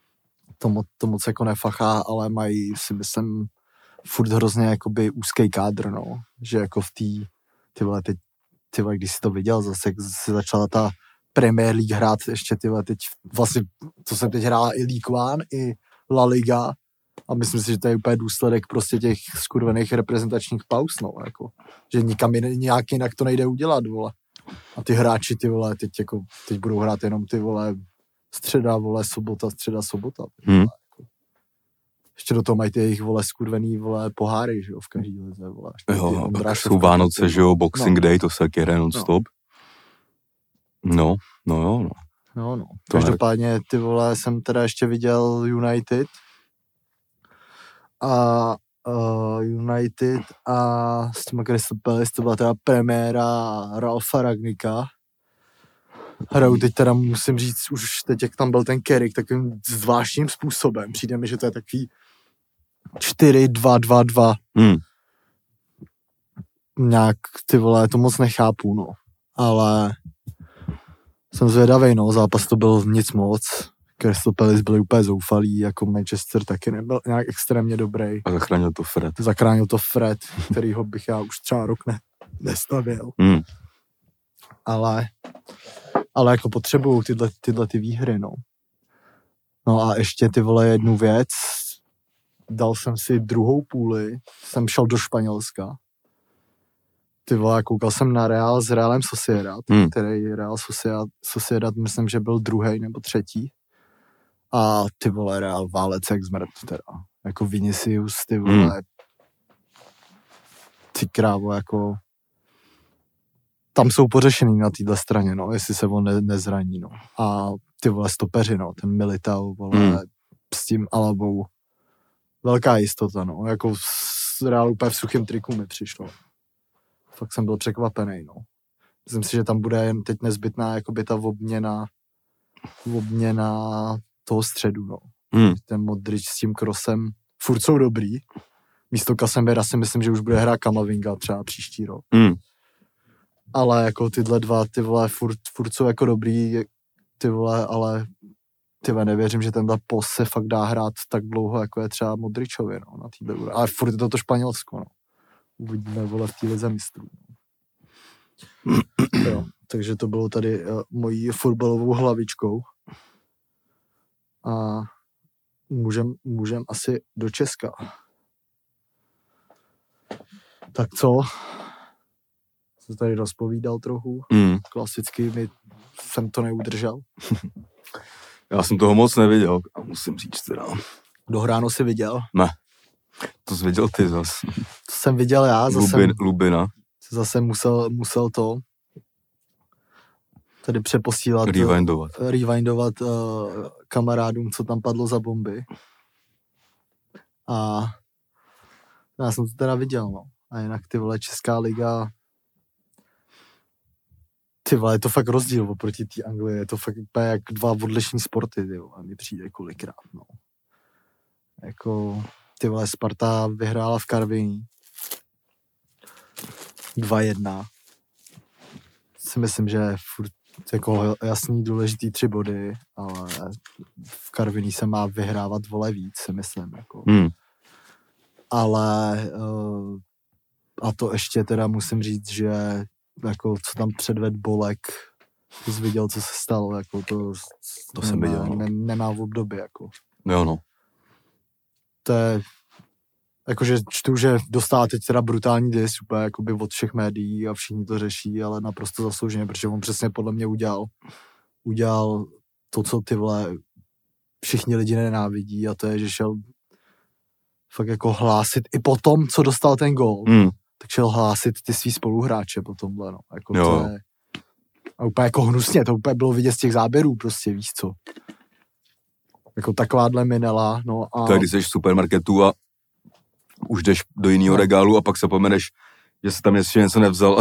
To moc jako nefachá, ale mají, si myslím, furt hrozně jakoby úzký kádr, no, že jako v té, ty vole, teď, ty vole, když jsi to viděl, zase se začala ta Premier League hrát ještě, ty vole, teď vlastně, to jsem teď hrála i League One, i La Liga a myslím si, že to je úplně důsledek prostě těch skurvených reprezentačních pauz, no, jako, že nikam nějak jinak to nejde udělat, vole. A ty hráči, ty vole, teď budou hrát jenom ty, vole, středa, vole, sobota. Jako. Ještě do toho mají ty jejich, vole, skurvený, vole, poháry, že jo, v každý lize, vole. Jo, pak jsou Vánoce, že jo, Boxing Day, to se taky hraje non-stop. No. Každopádně, ty vole, jsem teda ještě viděl United a s těma Crystal Palace, to byla teda premiéra Ralfa Rangnicka. Hrajou teď teda, musím říct, už teď, jak tam byl ten Carrick, takovým zvláštním způsobem. Přijde mi, že to je takový 4-2-2-2. Nějak, ty vole, to moc nechápu, no. Ale jsem zvědavej, no, zápas to byl nic moc. Crystal Palace byli úplně zoufalí, jako Manchester taky nebyl nějak extrémně dobrý. A zachránil to Fred. Kterýho bych já už třeba rok nestavil. Ale jako potřebují tyhle ty výhry, no. No a ještě, ty vole, jednu věc. Dal jsem si druhou půli, jsem šel do Španělska. Ty vole, koukal jsem na Real s Realem Sociedad, který Real Sociedad, myslím, že byl 2. nebo 3. A ty vole, Real válec jak zmrt, teda. Jako Vinicius, ty vole, ty krávo, jako tam jsou pořešený na téhle straně, no, jestli se on nezraní, no. A ty vole stopeři, no, ten Militao, vole, s tím Alabou. Velká jistota, no, jako z Realu úplně v suchém triku mi přišlo. Fakt jsem byl překvapený, no. Myslím si, že tam bude jen teď nezbytná jakoby ta obměna toho středu, no. Ten Modrič s tím Kroosem furt jsou dobrý. Místo Casemira si myslím, že už bude hrát Kamavinga třeba příští rok. Ale jako tyhle dva, ty vole, furt jsou jako dobrý, ty vole, ale ty vole, nevěřím, že tenhle post se fakt dá hrát tak dlouho, jako je třeba Modričovi, no, na týhle úrovni. Ale furt je to Španělsko, no. Uvidíme, vole, v té lize mistrů. Jo, takže to bylo tady mojí fotbalovou hlavičkou. A můžem asi do Česka. Tak co? Jsem tady rozpovídal trochu. Klasicky jsem to neudržel. Já jsem toho moc neviděl, musím říct teda. Dohráno si viděl? Ne. To jsi viděl ty zas. To jsem viděl já. Lubina. Zase musel to tady přeposílat. Rewindovat kamarádům, co tam padlo za bomby. A já jsem to teda viděl, no. A jinak ty vole, Česká liga, ty vole, je to fakt rozdíl oproti té Anglii, je to fakt jak dva odlišní sporty, ty vole, mi přijde kolikrát, no. Jako, ty vole, Sparta vyhrála v Karviní 2-1. Si myslím, že furt jako jasný důležitý 3 body, ale v Karviní se má vyhrávat, vole, víc, si myslím, jako. Ale a to ještě teda musím říct, že jako co tam předved Bolek, ty jsi viděl, co se stalo, jako to jsem viděl, no. Nemá v období, jako. Jo, no. To je, jakože čtu, že dostává teď teda brutální dis, úplně jakoby od všech médií a všichni to řeší, ale naprosto zaslouženě, protože on přesně podle mě udělal to, co ty vole všichni lidi nenávidí, a to je, že šel fakt jako hlásit i po tom, co dostal ten gól, tak šel hlásit ty svý spoluhráče po tomhle, no. Jako to je, a úplně jako hnusně, to úplně bylo vidět z těch záběrů, prostě, víš co. Jako takováhle minela, no a... To je, když jsi v supermarketu a už jdeš do jiného regálu a pak se pomeneš, že jsi tam ještě něco nevzal.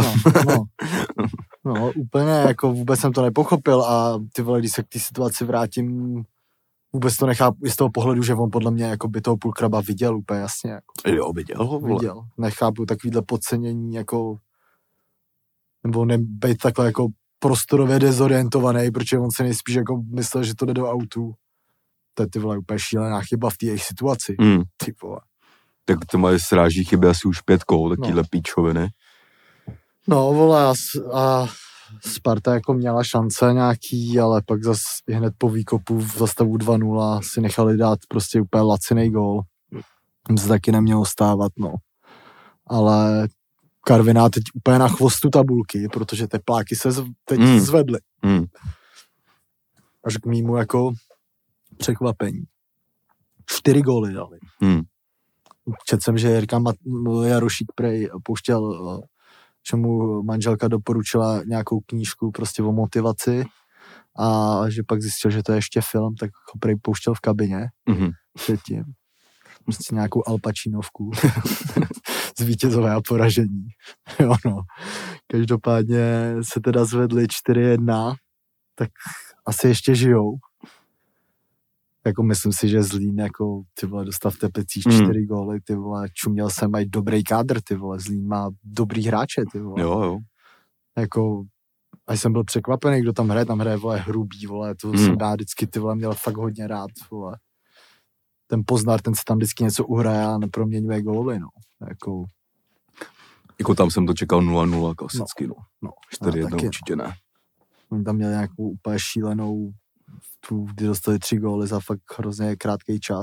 No, úplně, jako vůbec jsem to nepochopil a ty vole, když se k té situaci vrátím, vůbec to nechápu i z toho pohledu, že on podle mě jako by toho Pulkraba viděl úplně jasně. Jako. Jo, viděl. Nechápu takovýhle podcenění, jako nebo nebejt takhle jako prostorově dezorientovaný, protože on se nejspíš jako myslel, že to jde do autu. To je ty vole úplně šílená chyba v té jejich situaci. Ty vole. Tak to mají sráží chyby asi už 5 kol, takýhle píčoviny. No, vole, a Sparta jako měla šance nějaký, ale pak zas hned po výkopu v zastavu 2-0 si nechali dát prostě úplně lacinej gól. Tam se taky nemělo stávat, no. Ale Karviná teď úplně na chvostu tabulky, protože tepláky se teď zvedly. Až k mýmu jako překvapení. 4 góly dali. Četl jsem, že Jirka Jarošík prej pouštěl, že mu manželka doporučila nějakou knížku prostě o motivaci a že pak zjistil, že to je ještě film, tak ho prej pouštěl v kabině předtím. Prostě nějakou Al Pacinovku z vítězové a poražení. Jo, no. Každopádně se teda zvedli 4-1, tak asi ještě žijou. Jako myslím si, že Zlín jako ty vole dostal v Teplicích 4 góly, ty vole, čuměl jsem, mají dobrý kádr, ty vole, Zlín má dobrý hráče, ty vole. Jo. Jako, a jsem byl překvapený, kdo tam hraje, vole, Hrubý, vole, to jsem já vždycky, ty vole, měl fakt hodně rád, vole. Ten Poznar, ten se tam vždycky něco uhraje a neproměňuje góly, no. Jako tam jsem to čekal 0-0 klasicky, no. 4-1 určitě ne. Oni tam měli nějakou úplně šílenou kdy dostali 3 góly za fakt hrozně krátký čas.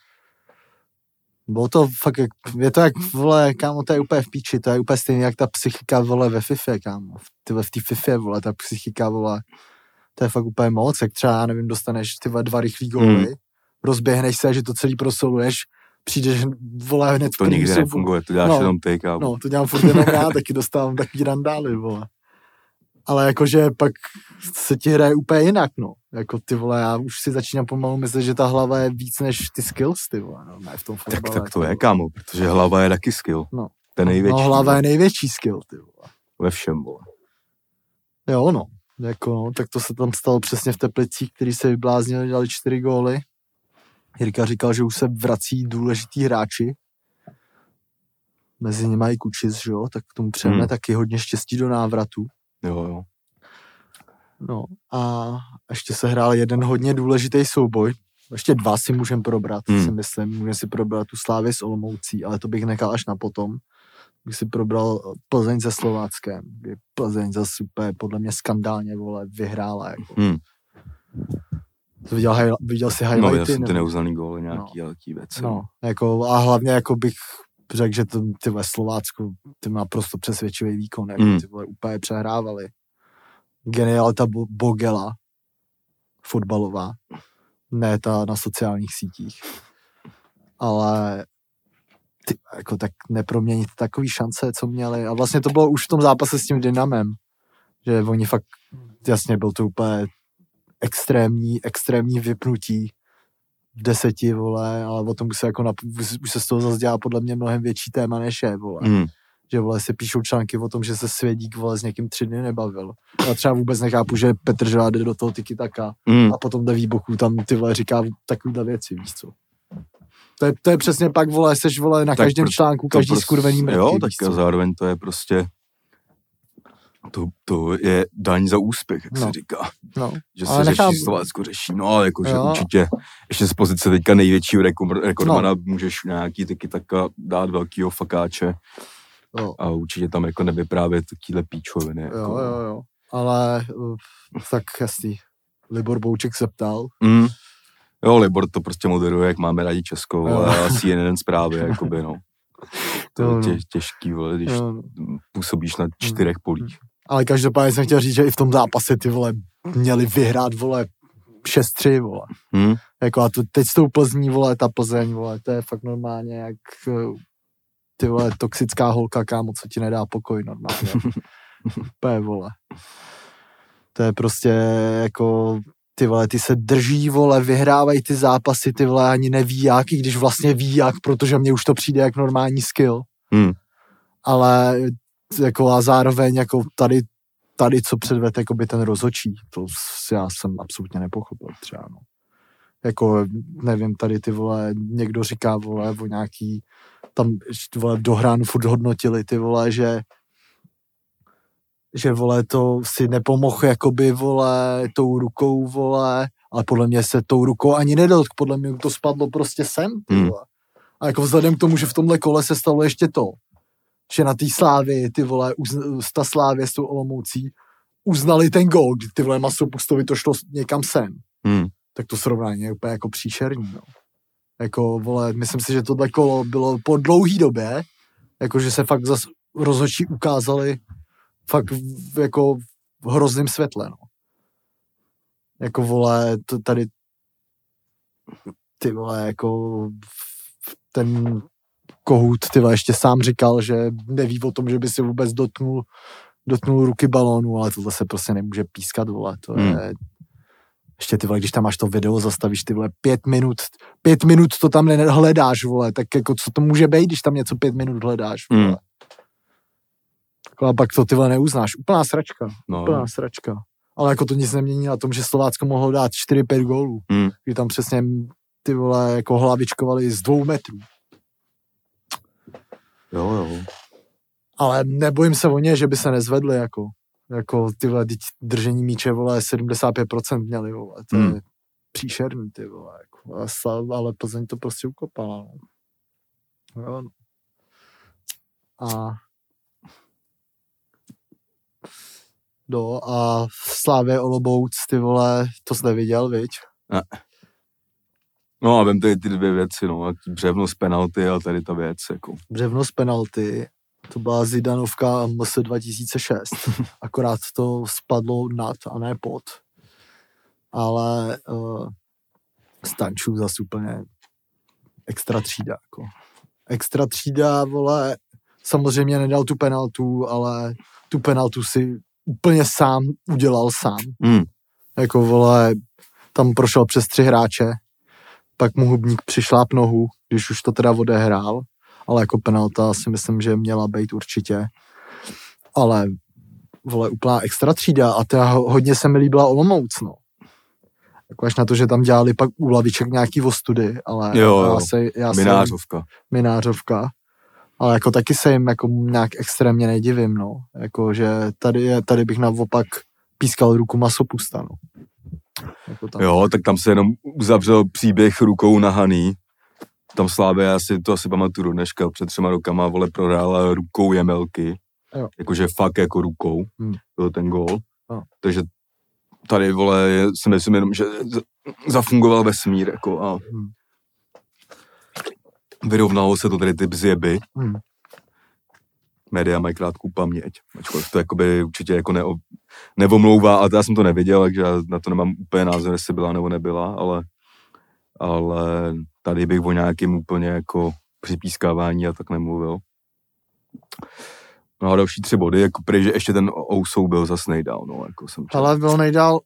Bylo to fakt, je to jak, vole, kámo, to je úplně v píči, to je úplně stejný jak ta psychika, vole, ve FIFA, kámo. V té FIFA, vole, ta psychika, vole, to je fakt úplně moc, jak třeba, já nevím, dostaneš ty 2 rychlý góly, rozběhneš se, že to celý prosoluješ, přijdeš, vole, hned to nikdy nefunguje, to děláš jenom ty, kámo. No, to dělám furt jenom já, taky dostávám takový randály, vole. Ale jakože pak se ti hraje úplně jinak, no. Jako ty vole, já už si začínám pomalu myslet, že ta hlava je víc než ty skills, ty vole, no, ne v tom fotbale. Tak to je, kámo, protože hlava je taky skill. No. Ten největší. No, hlava je největší skill, ty vole. Ve všem, vole. Jo, no. Jako, no, tak to se tam stalo přesně v Teplicích, který se vybláznili, dali 4 góly. Jirka říkal, že už se vrací důležitý hráči. Mezi nimi i Kučic, že jo, tak k tomu přejeme taky hodně štěstí do návratu. Jo. No a ještě se hrál jeden hodně důležitý souboj. Ještě 2 si můžeme probrat, si myslím. Můžeme si probrat tu Slávy s Olomoucí, ale to bych nechal až na potom. Bych si probral Plzeň se Slováckem. Plzeň zase super, podle mě skandálně, vole, vyhrála. Jako. Viděl jsi highlighty? No, ty neuznaný góly, nějaký velký věc. No, jako, a hlavně jako bych řekl, že ty ve Slovácku ty má prostě přesvědčivý výkon, jako ty vole úplně přehrávali. Genialita Bogela, fotbalová, ne ta na sociálních sítích, ale ty, jako tak neproměnit takový šance, co měli. A vlastně to bylo už v tom zápase s tím Dynamem, že oni fakt, jasně byl to úplně extrémní vypnutí v 10, vole, ale o tom už se, jako už se z toho zase dělá podle mě mnohem větší téma než je, vole. Že, vole, se píšou články o tom, že se Svědík, vole, s někým 3 dny nebavil. Já třeba vůbec nechápu, že Petr Želá jde do toho tiki-taka a potom do výboku tam, ty vole, říká takovýhle věci, víš co. To je přesně pak, vole, seš, vole, na každém článku, každý skurvený mrtvý. Jo, tak a zároveň to je prostě To je daň za úspěch, jak se říká. No. Že se řeší, Slovácko řeší, no jakože určitě ještě z pozice teďka největšího rekordmana můžeš nějaký taky taka dát velkýho fakáče a určitě tam jako nevyprávět takýhle píčoviny. Jako, jo. Ale tak jasný. Libor Bouček se ptal. Jo, Libor to prostě moderuje, jak máme rádi Českou, ale asi jeden zprávy, jakoby, no. To je těžký, vole, když působíš na 4 polích. Ale každopádně jsem chtěl říct, že i v tom zápase ty vole měli vyhrát, vole, 6-3, vole. Jako a to teď s tou Plzní, vole, ta Plzeň, vole, to je fakt normálně jak ty vole toxická holka, kámo, co ti nedá pokoj normálně. Úplně, vole. To je prostě jako ty vole, ty se drží, vole, vyhrávají ty zápasy, ty vole, ani neví jak, i když vlastně ví jak, protože mně už to přijde jak normální skill. Ale jako a zároveň jako tady co předved jakoby ten rozhodčí, to já jsem absolutně nepochopil třeba, no. Jako, nevím, tady ty vole, někdo říká, vole, o nějaký, tam, vole, do hránu furt hodnotili, ty vole, že vole, to si nepomohl, jakoby, vole, tou rukou, vole, ale podle mě se tou rukou ani nedotk, podle mě to spadlo prostě sem, ty vole. A jako vzhledem k tomu, že v tomhle kole se stalo ještě to, že na té Slávii, ty vole, ta Slávie s tou Olomoucí uznali ten gól, kdy ty vole Masopustovi to šlo někam sem. Tak to srovnání je úplně jako příšerný, no. Jako, vole, myslím si, že tohle kolo bylo po dlouhý době, jako, že se fakt zase rozhodčí ukázali fakt jako v hrozném světle, no. Jako, vole, to tady ty vole, jako ten Kohout, ty vole, ještě sám říkal, že neví o tom, že by si vůbec dotknul ruky balónu, ale tohle se prostě nemůže pískat, vole, to je ještě ty vole, když tam máš to video, zastavíš ty vole 5 minut to tam hledáš, vole, tak jako co to může být, když tam něco 5 minut hledáš, vole. A pak to ty vole neuznáš, úplná sračka. Ale jako to nic nemění na tom, že Slovácko mohlo dát 4-5 gólů, kdy tam přesně ty vole jako hlavičkovali z 2 metrů. Jo. Ale nebojím se o ně, že by se nezvedli, jako ty vole, držení míče, vole, 75% měli, vole, to je příšerný, ty vole, jako, ale Plzeň to prostě ukopala, no. A Slávě Olomouc, ty vole, to jsi neviděl, viď? Ne. No a vem ty 2 věci, no, břevno z penalty a tady ta věc, jako. Břevno z penalty, to byla Zidanovka MS 2006, akorát to spadlo nad a ne pod. Ale Stančů zase úplně extra třída, jako. Extra třída, vole, samozřejmě nedal tu penaltu, ale tu penaltu si úplně sám udělal sám. Jako, vole, tam prošel přes 3 hráče, pak mu Hubník přišláp nohu, když už to teda odehrál, ale jako penalta si myslím, že měla být určitě. Ale, vole, úplná extra třída a teda hodně se mi líbila Olomouc, no. Jako až na to, že tam dělali pak u laviček nějaký ostudy, ale Minářovka. Ale jako taky se jim jako nějak extrémně nedivím, no. Jako, že tady bych naopak pískal ruku Masopusta, no. Jako tam. Jo, tak tam se jenom uzavřel příběh rukou nahaný. Tam Slávě, já si to asi pamatuju dneška, před 3 rokama, vole, prohrála rukou Jemelky. Jo. Jakože fakt jako rukou. Byl ten gól. Takže tady, vole, si myslím jenom, že zafungoval vesmír, jako a vyrovnalo se to tady ty bzjeby. Média mají krátkou paměť. Ačkoliv to jakoby určitě jako nevomlouvá, ale já jsem to neviděl, takže já na to nemám úplně názor, jestli byla nebo nebyla, ale tady bych o nějakým úplně jako připískávání a tak nemluvil. No a další 3 body, jako prý, že ještě ten Ousou byl zas nejdál, no, jako jsem čel. Ale byl nejdál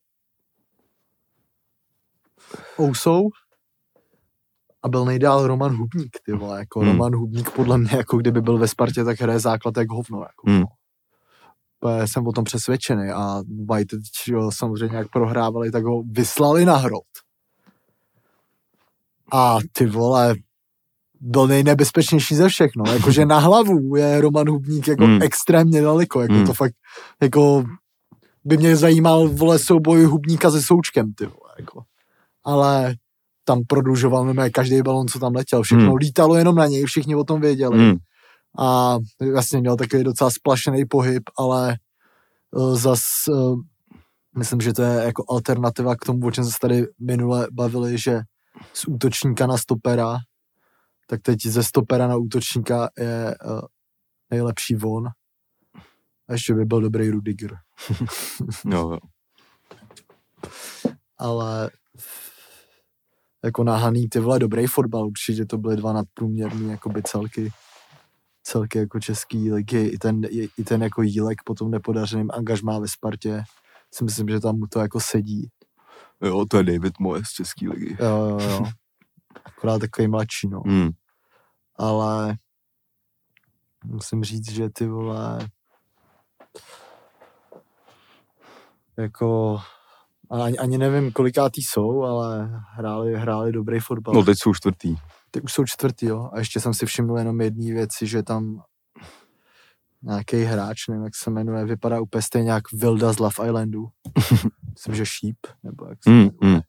Ousou a byl nejdál Roman Hubník, ty vole, jako Roman Hubník podle mě, jako kdyby byl ve Spartě, tak hraje základ jak hovno, jako. Jsem o tom přesvědčený a White, samozřejmě jak prohrávali, tak ho vyslali na hrot. A ty vole, byl nejnebezpečnější ze všech, no. Jakože na hlavu je Roman Hubník jako extrémně daleko, jako to fakt, jako by mě zajímal, vole, souboj Hubníka se Součkem, ty vole, jako. Ale tam prodlužoval každý balon, co tam letěl, všechno lítalo jenom na něj, všichni o tom věděli. A vlastně měl takový docela splašený pohyb, ale zas myslím, že to je jako alternativa k tomu, o čem se tady minule bavili, že z útočníka na stopera, tak teď ze stopera na útočníka je nejlepší von. A ještě by byl dobrý Rudiger. No. Ale jako nahaný, ty vole, dobrý fotbal, určitě to byly 2 nadprůměrný jakoby celky jako český ligy, i ten jako Jílek po tom nepodařeným angažmá ve Spartě, si myslím, že tam mu to jako sedí. Jo, to je David Moyes z český ligy. Jo. Akorát takový mladší, no. Ale musím říct, že ty vole jako ani nevím, kolikátý jsou, ale hráli dobrý fotbal. No teď jsou 4. Teď už jsou 4, jo. A ještě jsem si všiml jenom jedné věci, že tam nějaký hráč, nevím, jak se jmenuje, vypadá úplně stejně jak Vilda z Love Islandu. Myslím, že Sheep, nebo jak se jmenuje.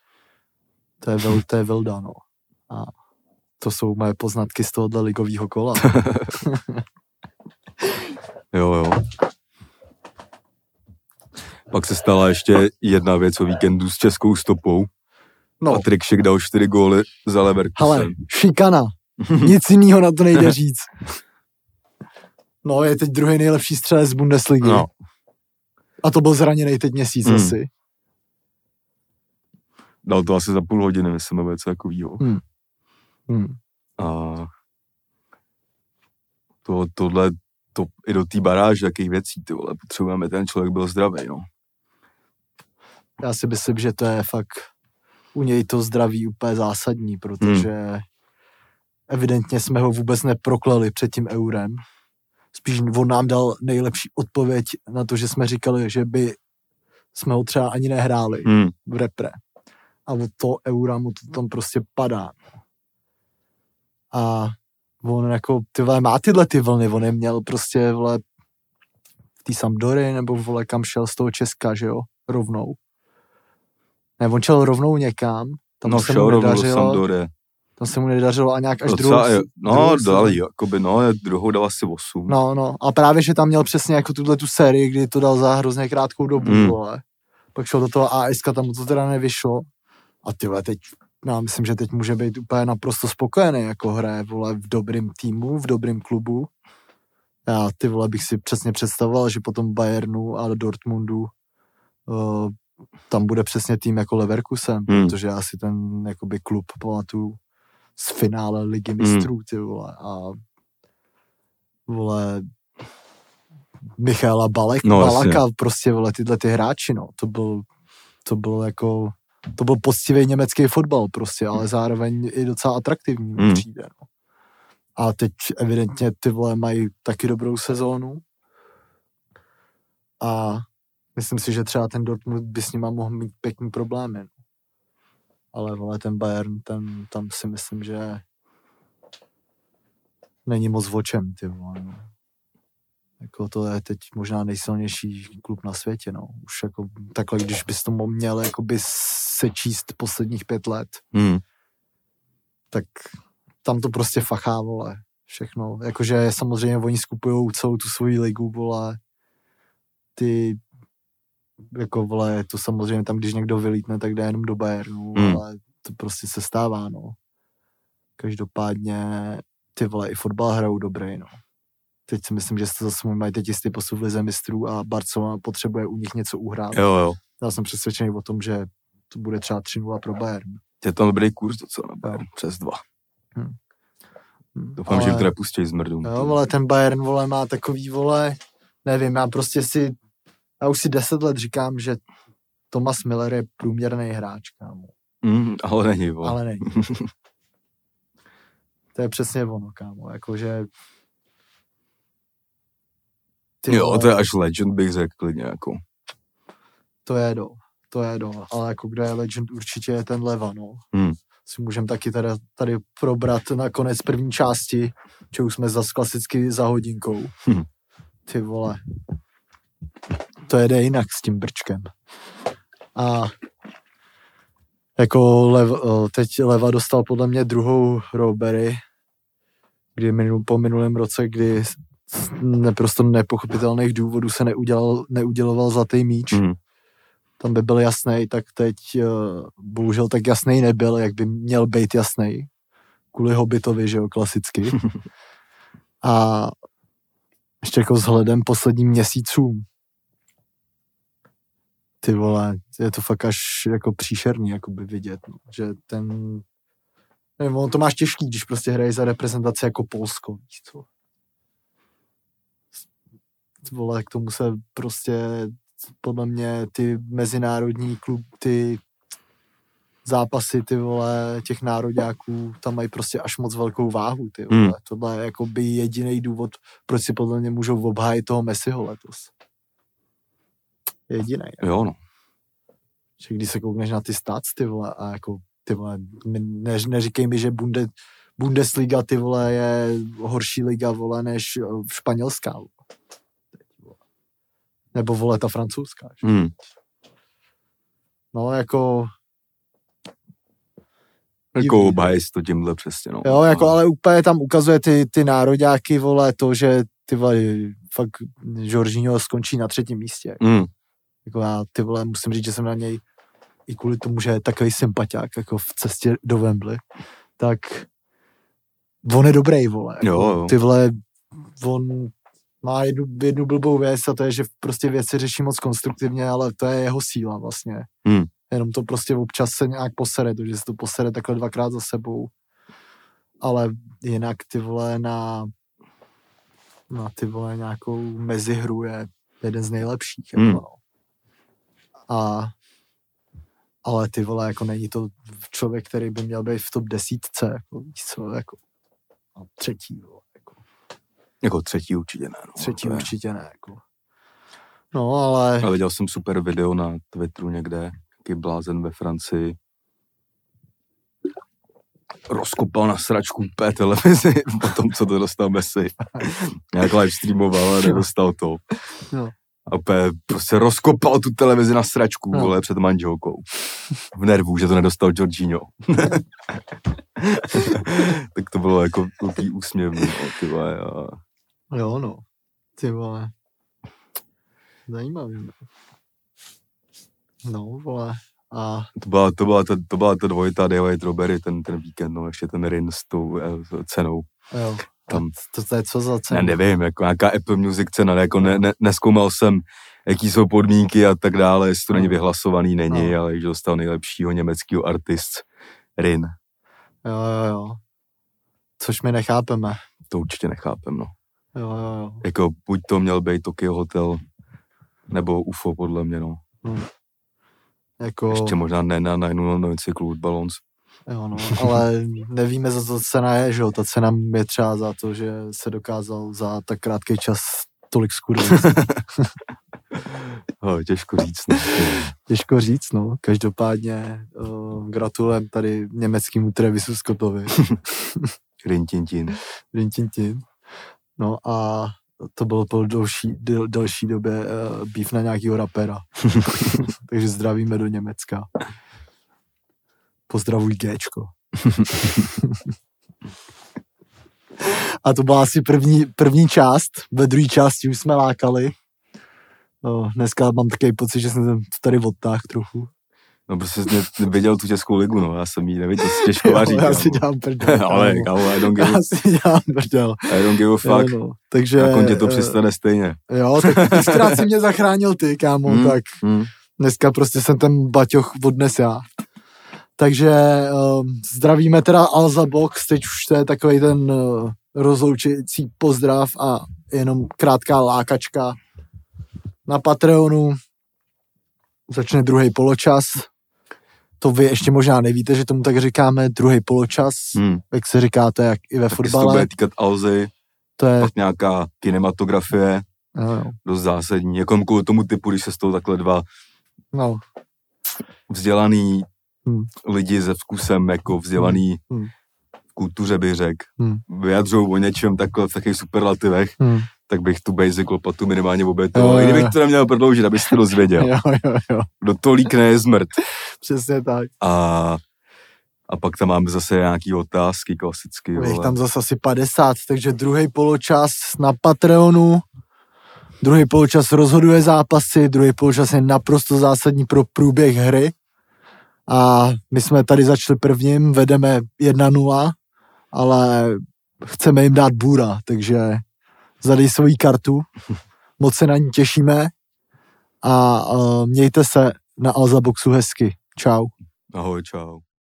To je Vilda, no. A to jsou moje poznatky z tohohle ligového kola. Jo. Pak se stala ještě jedna věc o víkendu s českou stopou. No. Patrik Šek dal 4 góly za Leverkusen. Hele, šikana. Nic jiného na to nejde říct. No, je teď druhý nejlepší střelec z Bundesligy. No. A to byl zraněný teď měsíc asi. Dal to asi za půl hodiny, myslím, nebo něco takovýho. A tohle i do té baráže, jakých věcí, ty vole, potřebujeme, ten člověk byl zdravý, no. Já si myslím, že to je fakt u něj to zdraví úplně zásadní, protože evidentně jsme ho vůbec neprokleli před tím eurem. Spíš on nám dal nejlepší odpověď na to, že jsme říkali, že by jsme ho třeba ani nehráli v repre. A od toho eura mu to tam prostě padá. A on jako, ty vole, má tyhle ty vlny, on je měl prostě, vole, v té Sampdory, nebo vole, kam šel z toho Česka, že jo, rovnou. Ne, on šel rovnou někam, tam se mu nedařilo. Tam se mu nedařilo a nějak až druhou. Dali, jakoby, druhou dal asi 8. No, a právě, že tam měl přesně jako tu sérii, kdy to dal za hrozně krátkou dobu, vole. Pak šel do toho ASka, tam to teda nevyšlo. A tyhle teď, já myslím, že teď může být úplně naprosto spokojený, jako hraje, vole, v dobrým týmu, v dobrým klubu. Já, ty vole, bych si přesně představoval, že potom Bayernu a Dortmundu tam bude přesně tým jako Leverkusen, protože já si ten jakoby klub pamatuju z finále Ligy mistrů, ty vole, a vole Michaela Balaka, prostě, vole, tyhle ty hráči, no, to byl poctivý německý fotbal prostě, ale zároveň i docela atraktivní přijde, no. A teď evidentně ty vole mají taky dobrou sezónu a myslím si, že třeba ten Dortmund by s nima mohl mít pěkný problémy, no. Ale vole, ten Bayern, tam si myslím, že není moc o čem, ty vole, no. Jako to je teď možná nejsilnější klub na světě, no. Už jako takhle, když bys to měl jakoby sečíst posledních 5 let, tak tam to prostě fachá, vole, všechno. Jakože samozřejmě oni skupujou celou tu svoji ligu, vole, ty jako, vole, to samozřejmě tam, když někdo vylítne, tak jde jenom do Bayernu, ale to prostě se stává, no. Každopádně ty vole i fotbal hrajou dobrý, no. Teď si myslím, že to zase mají teď jistý postup v Lize mistrů a Barcelona potřebuje u nich něco uhrát. Jo. Já jsem přesvědčený o tom, že to bude třeba 3-0 pro Bayern. Je tam dobrý kurz docela na Bayern, přes 2. Doufám, že jim to nepustí z mrdu. Jo, vole, ten Bayern, vole, má takový, vole, nevím, já už si 10 let říkám, že Thomas Müller je průměrný hráč, kámo. Ale není, vole. Ale není. To je přesně ono, kámo, jakože jo, to je až legend, bych řekl klidně, jako. To je do, ale jako kdo je legend, určitě je ten Leva, no. si můžeme taky tady probrat na konec první části, že už jsme zas klasicky za hodinkou. Ty vole. To jede jinak s tím brčkem. A jako teď Leva dostal podle mě druhou Robbery, kdy po minulém roce, kdy z naprosto nepochopitelných důvodů se neuděloval zlatý míč. Tam by byl jasnej, tak teď bohužel tak jasnej nebyl, jak by měl být jasnej. Kvůli Hobbitovi, že jo, klasicky. A ještě jako vzhledem posledním měsícům. Ty vole, je to fakt až jako příšerný jakoby vidět, no. Že ten, nevím, on to máš těžký, když prostě hraje za reprezentaci jako Polsko, víš co. Vole, k tomu se prostě podle mě ty mezinárodní ty zápasy, ty vole, těch nároďáků, tam mají prostě až moc velkou váhu, ty vole. Tohle je jakoby jediný důvod, proč si podle mě můžou obhájit toho Messiho letos. Jediný. Jo, no. Že když se koukneš na ty stats, ty vole, a jako, ty vole, neříkej mi, že Bundesliga, ty vole, je horší liga, vole, než španělská, vole. Nebo, vole, ta francouzská. No, jako obhájí to tímhle přesně, no. Jo, jako, ale úplně tam ukazuje ty nároďáky, vole, to, že ty vole, fakt Jorginho skončí na 3. místě. Jako já, ty vole, musím říct, že jsem na něj i kvůli tomu, že je takový sympatiák, jako v cestě do Wembley, tak on je dobrý, vole. Jako, jo. Ty vole, on má jednu blbou věc a to je, že prostě věci řeší moc konstruktivně, ale to je jeho síla vlastně. Jenom to prostě občas se nějak posere, to, že se to posere takhle 2krát za sebou. Ale jinak ty vole na ty vole nějakou mezihru je jeden z nejlepších. Jako, no. Ale ty vole, jako není to člověk, který by měl být v top 10, jako víš co, jako no, 3. Vole, jako 3. určitě ne. No, 3. určitě ne, jako. No, ale viděl jsem super video na Twitteru někde, jaký blázen ve Francii rozkopal na sračku úplně televizi po tom, co to dostal Messi. Nějak live streamoval a nedostal to. No. A úplně prostě rozkopal tu televizi na sračku, vole, před manželkou. V nervu, že to nedostal Jorginho. Tak to bylo jako velký úsměvný, ty vole. Jo, no. Ty vole. Zajímavý. No, vole. A To byla ta dvojita David Robbery ten víkend, no, ještě ten Rin s tou cenou. Jo. Tam, to je co za cenu? Já nevím, jako nějaká Apple Music cena, jako neskoumal jsem, jaký jsou podmínky a tak dále, jestli to není vyhlasovaný, není, ale že dostal nejlepšího německého artist Rin. Jo. Což my nechápeme. To určitě nechápem, no. Jo. Jako buď to měl být Tokyo Hotel, nebo UFO, podle mě, no. Jako... Ještě možná ne na Nine Club Balloons. Jo, no, ale nevíme, za co cena je, že jo, ta cena je třeba za to, že se dokázal za tak krátký čas tolik skurvit. Těžko říct, no. Těžko říct, no. Každopádně gratulujem tady německému Travisu Scottovi. Rintintin. No a to bylo po další době beef na nějakýho rapera. Takže zdravíme do Německa. Pozdravuj Géčko. A to byla asi první část. Ve druhé části už jsme lákali. Dneska mám takový pocit, že jsem tady odtáhl trochu. No prostě jsi viděl tu Českou ligu, no. Já jsem jí neviděl, těžko vaří. Já si dělám prdel. Ale kámo, I don't give a fuck. Jo, no. Takže, jako tě to přistane stejně. Jo, tak tiskrát si mě zachránil ty, kámo, tak dneska prostě jsem ten baťoch odnes já. Takže zdravíme teda Alza Box, teď už to je takovej ten rozloučující pozdrav a jenom krátká lákačka. Na Patreonu začne druhý poločas. To vy ještě možná nevíte, že tomu tak říkáme, druhý poločas, jak se říká, to je jak i ve fotbale. To bude týkat Alzy, to je pak nějaká kinematografie, dost zásadní, jako kvůli tomu typu, když se z toho takhle dva vzdělaný lidi se vkusem jako vzdělaný v kultuře bych řekl, vyjadřují o něčem takhle v takových superlativech, tak bych tu basic lopatu minimálně obětoval. I kdybych to neměl prodloužit, abys to dozvěděl. Jo. Do to líkne je zmrt. Přesně tak. A pak tam máme zase nějaký otázky klasicky. Je tam zase asi 50, takže druhý poločas na Patreonu. Druhý poločas rozhoduje zápasy, druhý poločas je naprosto zásadní pro průběh hry. A my jsme tady začali prvním, vedeme 1-0, ale chceme jim dát bůra, takže zadej svoji kartu, moc se na ní těšíme a mějte se na Alza Boxu hezky. Čau. Ahoj, čau.